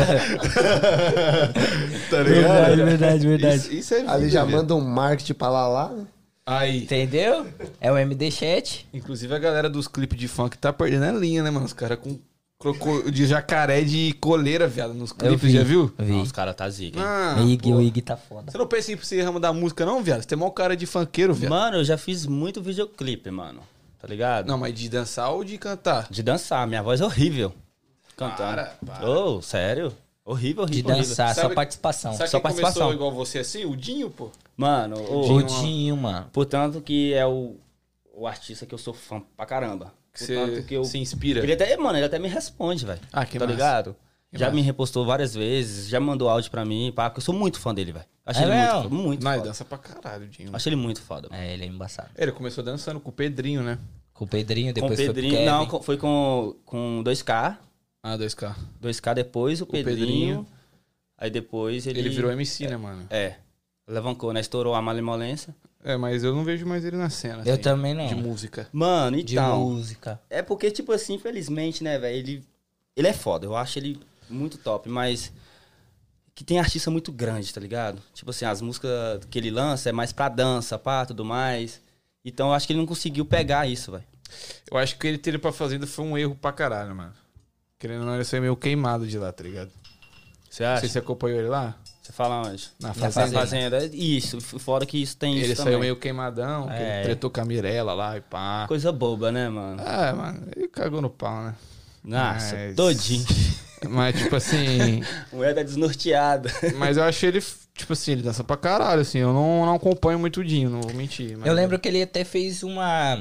tá ligado? verdade, verdade. Isso, isso é vida. Ali já viado. manda um marketing pra lá lá, né? Aí. Entendeu? É o M D Chat. Inclusive a galera dos clipes de funk tá perdendo a linha, né, mano? Os caras com Colocou de jacaré de coleira, viado, nos Eu clipes, vi, já viu? eu vi. Não, os caras tá zica, hein? Ah, o Ig, pô. o Ig tá foda. Você não pensa em ir pra esse ramo da música, não, viado? Você tem maior cara de funkeiro, viado. Mano, eu já fiz muito videoclipe, mano. Tá ligado? Não, mas de dançar ou de cantar? De dançar, minha voz é horrível. Cantando. Para, para. Ô, sério? Horrível, De horrível. dançar, Sabe- só participação. Sabe Só quem começou participação. igual você assim? O Dinho, pô. Mano, ô, Dinho. O Dinho, mano. portanto que é o, o artista que eu sou fã pra caramba. Que Portanto você que eu... se inspira. Ele até, mano, ele até me responde, velho. Ah, que Tá massa. ligado? Que já massa. me repostou várias vezes, já mandou áudio pra mim, pá, porque eu sou muito fã dele, velho. Achei É ele mesmo? muito, muito Não, ele foda. dança pra caralho, o Dinho. Achei ele muito foda. mano. É, ele é embaçado. Ele começou dançando com o Pedrinho, né? Com o Pedrinho, Com o depois foi Pedrinho, pro não, Kevin. com- foi com, com dois K. Ah, dois K. dois K depois, o Pedrinho. Pedrinho. Aí depois ele. Ele virou M C, né, mano? É. Alavancou, né? Estourou a malemolência. É, mas eu não vejo mais ele na cena. Eu assim, também não. De música. Mano, De então. música. É porque, tipo assim, infelizmente, né, velho? Ele, ele é foda. Eu acho ele muito top, mas. Que tem artista muito grande, tá ligado? Tipo assim, as músicas que ele lança é mais pra dança, pá, tudo mais. Então eu acho que ele não conseguiu pegar isso, velho. Eu acho que o que ele teve pra Fazenda foi um erro pra caralho, mano. Querendo ou não, ele saiu meio queimado de lá, tá ligado? Você Não acha? sei se você acompanhou ele lá. Você fala onde? Na Na Fazenda. Fazenda. Isso, fora que isso tem Ele isso saiu também. meio queimadão, que É. ele tretou com a Mirella lá e pá. Coisa boba, né, mano? É, mano, ele cagou no pau, né? Nossa, Mas- todinho. Mas, tipo assim... A mulher tá desnorteada. Mas eu achei ele, tipo assim, ele dança pra caralho, assim. Eu não, não acompanho muito o Dinho, não vou mentir. mas- Eu lembro que ele até fez uma...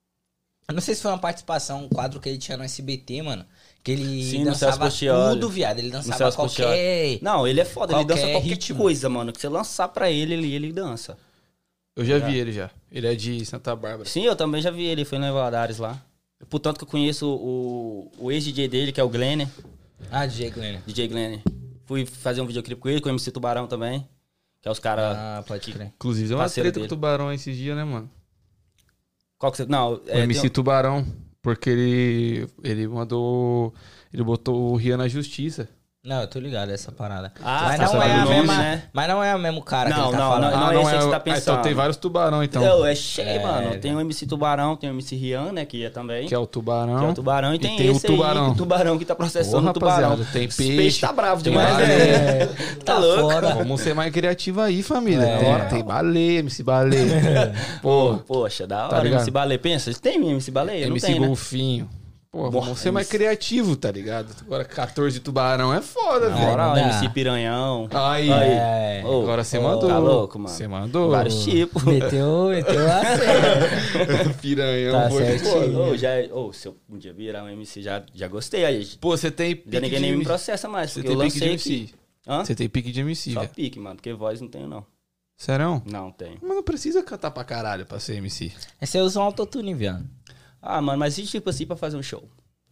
Eu não sei se foi uma participação, um quadro que ele tinha no S B T, mano. Que ele Sim, no Celso dançava Portiolli. tudo, viado. Ele No dançava Celso qualquer... Não, ele é foda, ele dança qualquer qualquer ritmo. coisa, mano. Que você lançar pra ele, ele, ele dança. Eu já vi ele já. Ele é de Santa Bárbara. Sim, eu também já vi ele, foi no Valadares lá. Portanto que eu conheço o, o ex-D J dele, que é o Glenn, Ah, D J Glenn. D J Glenn. Fui fazer um videoclipe com ele, com o M C Tubarão também. Que é os caras. Ah, pode crer. Inclusive, deu uma Parceiro treta com o dele. Tubarão esses dias, né, mano? Qual que você. Não, O é, M C tem- Tubarão. Porque ele, ele mandou... Ele botou o Rian na justiça. Não, eu tô ligado essa parada. Ah, mas, tá não é sabendo a o nome, mesma, né? mas não é o mesmo cara que Não, ele tá não, falando. não, é esse aí que você tá Ah, pensando. então tem vários tubarão, então. Não, é cheio, É, mano. velho. Tem o M C Tubarão, tem o M C Rian, né? Que é também. Que é o tubarão. Que é o tubarão. E tem, tem o esse tubarão. aí, o tubarão que tá processando Ô, o tubarão. rapaziada, tem Esse peixe, peixe tá bravo tem demais, baleia. né? Tá Tá louco. fora. Vamos ser mais criativos aí, família. É. Da hora. Tem baleia, M C Baleia. Pô, Poxa, da Tá hora. ligado? M C Baleia. Pensa, tem M C Baleia? Não M C tem, né? Golfinho. Pô, Porra, vamos ser mais M C criativo, tá ligado? Agora quatorze tubarão é foda, Não, velho. Moral, não dá. M C Piranhão. Aí. É. Ô, Agora você ô, mandou. Tá louco, mano. Você mandou. Vários tipos. Meteu, meteu a sério. Piranhão Tá foi certinho. foda. Ô, já, ô, se eu um dia virar um M C, já, já gostei. Aí, Pô, você tem pique já ninguém de nem me M C. processa mais, Você porque tem eu pique de lancei M C. aqui. Hã? Você tem pique de M C, Só velho. pique, mano, porque voz não tenho, não. Serão? Não tenho. Mas não precisa cantar pra caralho pra ser M C. Aí você usa um autotune, viado. Ah, mano, mas e tipo assim pra fazer um show?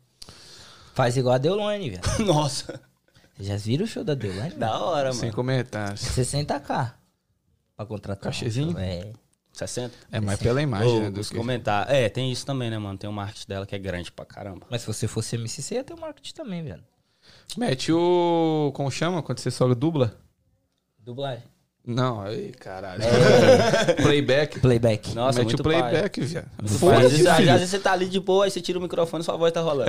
Faz igual a Deolane, viado. Nossa, Vocês já viram o show da Deolane? da hora, Sem mano. comentários. sessenta k pra contratar. Cachezinho? É. sessenta? É mais pela imagem, Ô, né? Do os que... comentários. É, tem isso também, né, mano? Tem o marketing dela que é grande pra caramba. Mas se você fosse M C, você ia ter o marketing também, viado. Mete o... Como chama? Quando você só dubla? Dublagem. Não, aí, caralho. Playback. Playback. Nossa, Mete muito o playback, viado. Às vezes, Foda-se, às filho. vezes você tá ali de boa, aí você tira o microfone e sua voz tá rolando.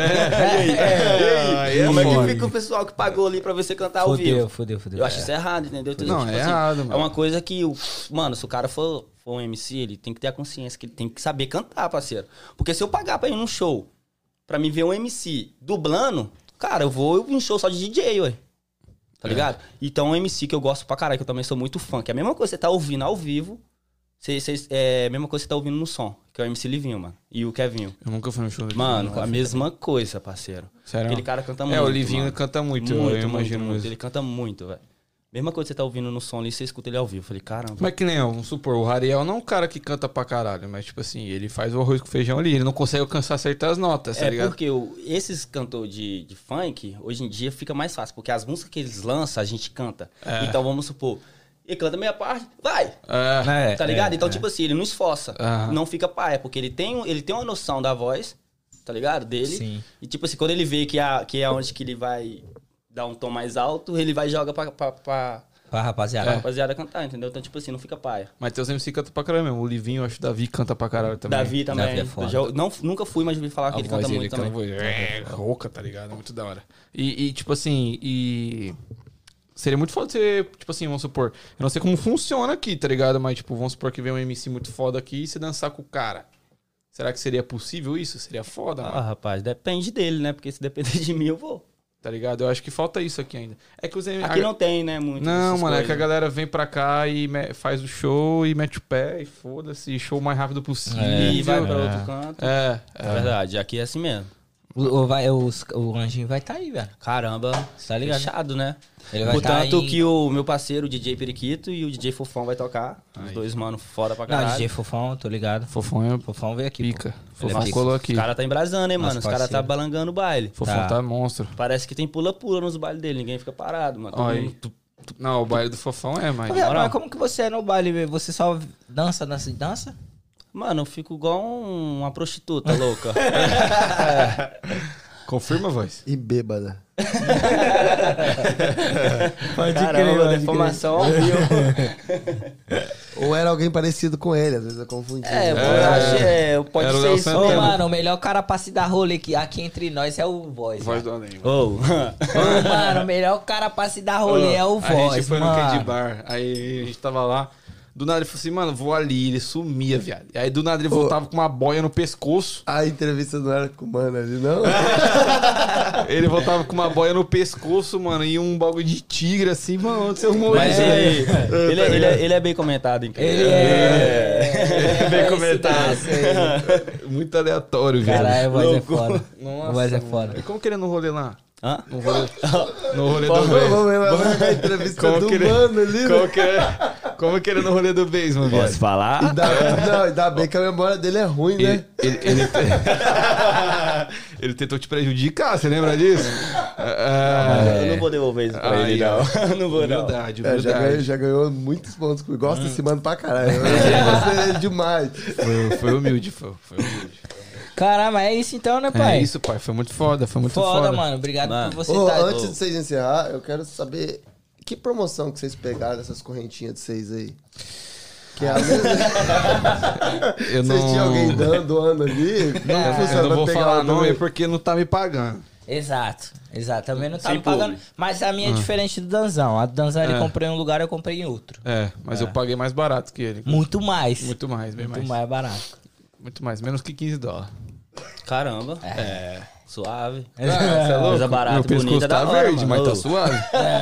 É, aí é Como é que foda. fica o pessoal que pagou ali pra você cantar ao Fudeu, vivo? fudeu, fudeu. Eu acho isso errado, entendeu? Então, Não, é errado, mano. É uma coisa que, o- mano, se o cara for, for um M C, ele tem que ter a consciência que ele tem que saber cantar, parceiro. Porque se eu pagar pra ir num show, pra me ver um M C dublando, cara, eu vou em um show só de D J, ué. Tá ligado? Então, um M C que eu gosto pra caralho, que eu também sou muito fã, que é a mesma coisa que você tá ouvindo ao vivo, você, você- é a mesma coisa que você tá ouvindo no som, que é o M C Livinho, mano. E o Kevinho. Eu nunca fui no show dele. Mano, a mesma coisa, parceiro. Sério? Aquele cara canta muito. É, o Livinho mano. canta muito, Muito, eu muito, imagino muito. mesmo. Ele canta muito, velho. Mesma coisa que você tá ouvindo no som ali, você escuta ele ao vivo. Eu falei, caramba. Mas que nem, eu, vamos supor, o Rariel não é um cara que canta pra caralho, mas tipo assim, ele faz o arroz com feijão ali, ele não consegue alcançar certas notas, tá É ligado? porque o- esses cantores de, de funk, hoje em dia fica mais fácil, porque as músicas que eles lançam, a gente canta. É. Então vamos supor, ele canta meia parte, vai! É. É, Tá ligado? é, então, é. tipo assim, ele não esforça, Aham. não fica paia, porque ele tem, ele tem uma noção da voz, tá ligado? Dele. Sim. E tipo assim, quando ele vê que é, que é onde que ele vai dar um tom mais alto, ele vai e joga pra, pra, pra, Pra rapaziada. Pra rapaziada cantar, entendeu? Então, tipo assim, não fica paia. Mas teus M C cantam pra caramba mesmo. O Livinho, eu acho que o Davi canta pra caralho também. Davi também. Davi é foda. Já- não, nunca fui, mas ouvi falar que A ele voz canta dele muito canta também. voz é, rouca, tá ligado? É muito da hora. E, e, tipo assim, e... Seria muito foda você, tipo assim, vamos supor... Eu não sei como funciona aqui, tá ligado? Mas, tipo, vamos supor que vem um M C muito foda aqui e você dançar com o cara. Será que seria possível isso? Seria foda, Ah, mano. rapaz, depende dele, né? Porque se depender de mim, eu vou. Tá ligado? Eu acho que falta isso aqui ainda. É que os M- Aqui a- não tem, né, muito. Não, essas mano, é que a coisas. galera vem pra cá e me- faz o show e mete o pé e foda-se, show o mais rápido possível. E vai pra É. outro canto. É, É verdade, aqui é assim mesmo. O, o, vai, os- o Anjinho vai tá aí, velho. Caramba, Tá ligado? fechado, né? Ele vai tá Portanto, aí... que o meu parceiro, o D J Periquito, e o D J Fofão vai tocar. Os dois, mano, foda pra Não, caralho. D J Fofão, tô ligado. Fofão é Fofão veio aqui, pica. Ele é Fofão pica. colou aqui. Os caras tá embrasando, hein, Nosso mano? Os caras tá parceiro. balangando o baile. Fofão Tá. tá monstro. Parece que tem pula-pula nos bailes dele, ninguém fica parado, mano. Todo Olha aí. mundo tu- Não, o baile do Fofão é, mas... Ô, viado, moral. mas como que você é no baile, velho? Você só dança, dança e dança? Mano, eu fico igual um- uma prostituta louca. Confirma, voz. E bêbada. Pode Caramba, deformação ao vivo. Ou era alguém parecido com ele, às vezes eu confundi. É, eu acho, é, pode Era o ser Léo isso Santana. Ô, mesmo. mano, o melhor cara pra se dar rolê aqui, aqui entre nós é o Voz. Voz velho. do além. Ô, Ô, mano, o melhor cara pra se dar rolê é o A Voz, gente foi mano. no Candy Bar, aí a gente tava lá. Do nada ele falou assim, mano, vou ali. Ele sumia, viado. E aí do nada ele voltava com uma boia no pescoço. A entrevista não era com o mano ali, não? Ele voltava com uma boia no pescoço, mano, e um bagulho de tigre assim, mano, onde você arrumou mas isso? e aí? Ele, é- ele, é, ele é bem comentado, hein? Ele é... É bem comentado. Esse daço aí. Muito aleatório, velho. Caralho, o Voz é Louco. foda. Nossa, O Voz é mano. foda. Como que ele é no rolê lá? Hã? No rolê, no rolê do Vamos, Base. vamos ver, vamos ver a entrevista Como do que ele- mano ali, né? Como que é, como que ele é no rolê do Base, mano? Posso falar? Ainda, não, ainda bem que a memória dele é ruim, Ele, né? ele, ele, ele tentou te prejudicar, você lembra disso? É, Eu não vou devolver isso pra Aí, ele, ó. não. Não vou, não. Humildade, É, já, ganhou, humildade. já ganhou muitos pontos. Gosta desse mano pra caralho. Eu gostei dele demais. Foi, foi humilde, foi, foi humilde. Caramba, é isso então, né, pai? É isso, pai. Foi muito foda, foi muito Foda, foda. mano. Obrigado Mano. por você Ô, estar... antes de vocês encerrar, eu quero saber que promoção que vocês pegaram dessas correntinhas de vocês aí. Que às vezes Eu vocês não, tinham alguém dando, doando ali. Não eu funciona. não vai vou pegar falar lá nome também. porque não tá me pagando. Exato, exato. Também não tá Sem me pagando. publi. Mas a minha é diferente do Danzão. A do Danzão ele É. comprou em um lugar, eu comprei em outro. É, mas eu paguei mais barato que ele. Muito mais. Muito mais, bem Muito mais. mais barato. Muito mais, menos que quinze dólares. Caramba. É. Suave. Ah, você é louco? Coisa barata, Meu pescoço bonita, tá da hora, verde, mano. mas tá Ô. suave.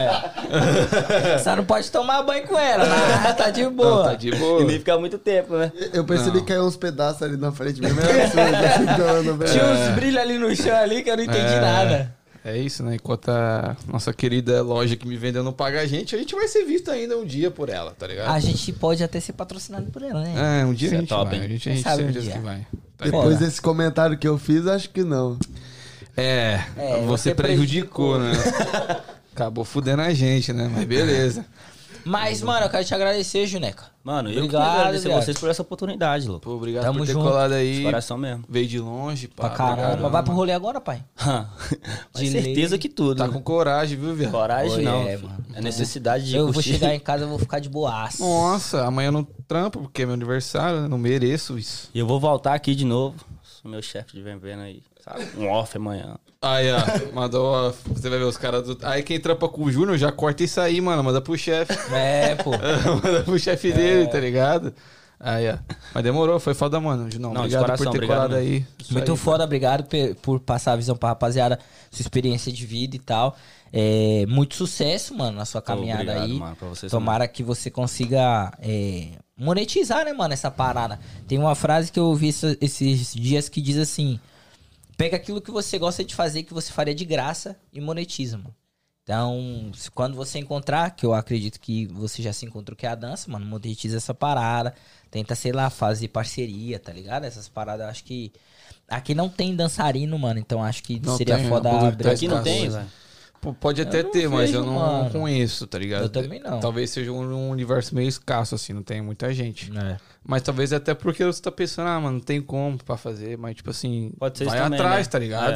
Você não pode tomar banho com ela, mas tá de Não, boa. tá de boa. E nem ficar muito tempo, né? Eu percebi que caiu uns pedaços ali na frente mesmo. Era absurdo, dando, velho. Tinha uns brilhos ali no chão ali que eu não entendi É. nada. É isso, né? Enquanto a nossa querida loja que me vendeu não paga a gente, a gente vai ser visto ainda um dia por ela, tá ligado? A gente pode até ser patrocinado por ela, né? É, um dia Isso a é gente top, vai. hein? A gente, a Quem gente sabe um certeza dia. que vai. Tá Depois Foda. desse comentário que eu fiz, acho que não. É, É, você, você prejudicou, né? Acabou fudendo a gente, né? Mas beleza. Mas, mano, eu quero te agradecer, Juneca. Mano, eu Obrigado, quero agradecer viado. vocês por essa oportunidade, louco. Pô, obrigado Tamo por ter junto. colado De aí. coração mesmo. Veio de longe, pá. Pra caramba. caramba. Vai pro rolê agora, pai? Com De certeza lei. que tudo. Tá com coragem, viu, viado? coragem, Oi, não. é, filho. mano. É necessidade de Eu vou curtir. chegar em casa, eu vou ficar de boaço. Nossa, amanhã eu não trampo, porque é meu aniversário, né? Não mereço isso. E eu vou voltar aqui de novo. Sou meu chefe de vem vendo aí. Sabe? Um off amanhã. Aí, ó, mandou, ó, você vai ver os caras do... Aí quem trampa com o Júnior já corta isso aí, mano, manda pro chefe. É, pô. Manda pro chefe dele, tá ligado? Aí, ó. Mas demorou, foi foda, mano. Não, Não, de obrigado coração, por ter obrigado colado mesmo. aí. Isso Muito aí, foda, obrigado pe- por passar a visão pra rapaziada, sua experiência de vida e tal. É, muito sucesso, mano, na sua caminhada obrigado, aí. mano, pra vocês Tomara que você consiga é, monetizar, né, mano, essa parada. Tem uma frase que eu ouvi essa- esses dias que diz assim: pega aquilo que você gosta de fazer, que você faria de graça e monetiza, mano. Então, se- quando você encontrar, que eu acredito que você já se encontrou, que é a dança, mano, monetiza essa parada. Tenta, sei lá, fazer parceria, tá ligado? Essas paradas, eu acho que... Aqui não tem dançarino, mano, então acho que Não seria tem, foda é um bagulho abrir Aqui não essa tem, coisa. velho. Pô, pode até não ter, mas vejo, eu não mano. conheço, tá ligado? Eu também não. Talvez seja um universo meio escasso, assim, não tem muita gente. É. Mas talvez até porque você tá pensando, ah, mano, não tem como pra fazer, mas tipo assim, Pode ser vai isso também, atrás, né? tá ligado? É.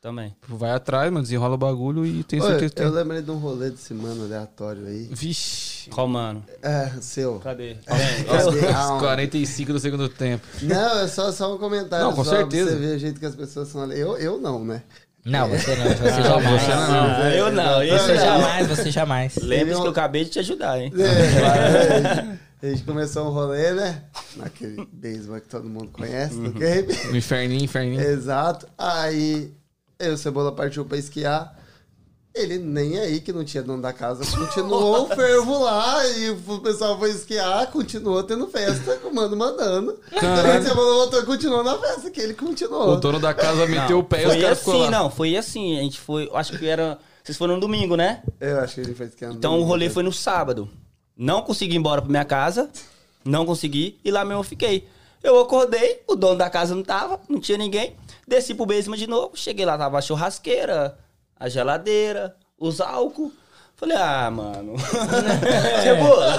Também. Vai atrás, mano, desenrola o bagulho e tenho Oi, certeza que eu tem. lembrei de um rolê desse mano aleatório aí. Vixe. Qual, mano? É, seu. Cadê? Cadê? Aos Aonde? quarenta e cinco do segundo tempo. Não, é só, só um comentário. Não, com só certeza. Pra você ver o jeito que as pessoas são ali. Eu, eu não, né? Não, você não, você jamais. você não. Ah, eu não. Isso Você eu já... jamais, você jamais. Lembre-se que eu acabei de te ajudar, hein? É, claro, a gente começou um rolê, né? Naquele baseball que todo mundo conhece, Uhum. ok? No inferninho, inferninho. Exato. Aí, eu, o Cebola partiu pra esquiar. Ele nem aí que não tinha dono da casa, continuou o fervo lá e o pessoal foi esquiar, continuou tendo festa, com o mano mandando. Aí o Cebola voltou e continuou na festa, que ele continuou. O dono da casa meteu o pé e os Foi caras ficou assim, lá. não. Foi assim. A gente foi... Acho que era... Vocês foram no domingo, né? Eu acho que ele foi esquiando. Então o rolê foi no sábado. Não consegui ir embora pra minha casa. Não consegui. E lá mesmo eu fiquei. Eu acordei, o dono da casa não tava, não tinha ninguém. Desci pro basement de novo. Cheguei lá, tava a churrasqueira, a geladeira, os álcool. Falei, ah, mano. Cebola.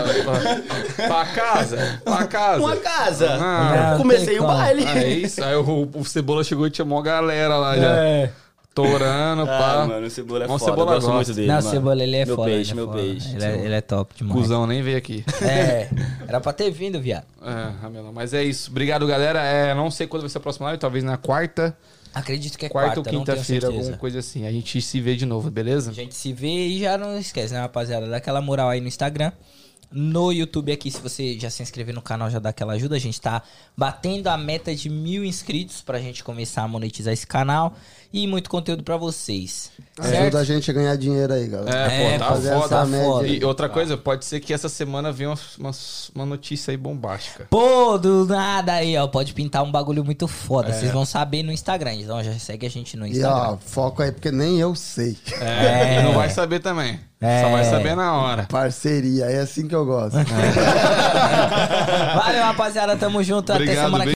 Pra, pra casa, pra casa. Uma casa. Ah, Não, Comecei tem o como. baile. é isso. Aí o, o Cebola chegou e tinha mó galera lá já. É. Torando, pá. Ah, mano, o Cebola é Nossa, foda. Cebola eu gosto gosta. muito dele, Não, mano. Cebola, ele é meu foda. Peixe, ele é meu foda. peixe, Ele é, ele é top demais. Cusão nem veio aqui. É, era pra ter vindo, viado. É, Ramelão. Mas é isso. Obrigado, galera. É, não sei quando vai ser a próxima live, talvez na quarta. Acredito que é quarta, quarta, ou não tenho quinta-feira, certeza. alguma coisa assim. A gente se vê de novo, beleza? A gente se vê e já não esquece, né, rapaziada? Dá aquela moral aí no Instagram. No YouTube aqui, se você já se inscrever no canal, já dá aquela ajuda. A gente tá batendo a meta de mil inscritos pra gente começar a monetizar esse canal. E muito conteúdo pra vocês. Certo? Ajuda a gente a ganhar dinheiro aí, galera. É, É, pô, tá fazer foda. essa média aí. E outra coisa, pode ser que essa semana venha uma, uma, uma notícia aí bombástica. Pô, do nada aí, ó. Pode pintar um bagulho muito foda. É. Vocês vão saber no Instagram. Então já segue a gente no E Instagram. ó, foco aí, porque nem eu sei. É, É. e não vai saber também. É. Só vai saber na hora. Parceria, é assim que eu gosto. Valeu, rapaziada. Tamo junto. Até Obrigado, semana que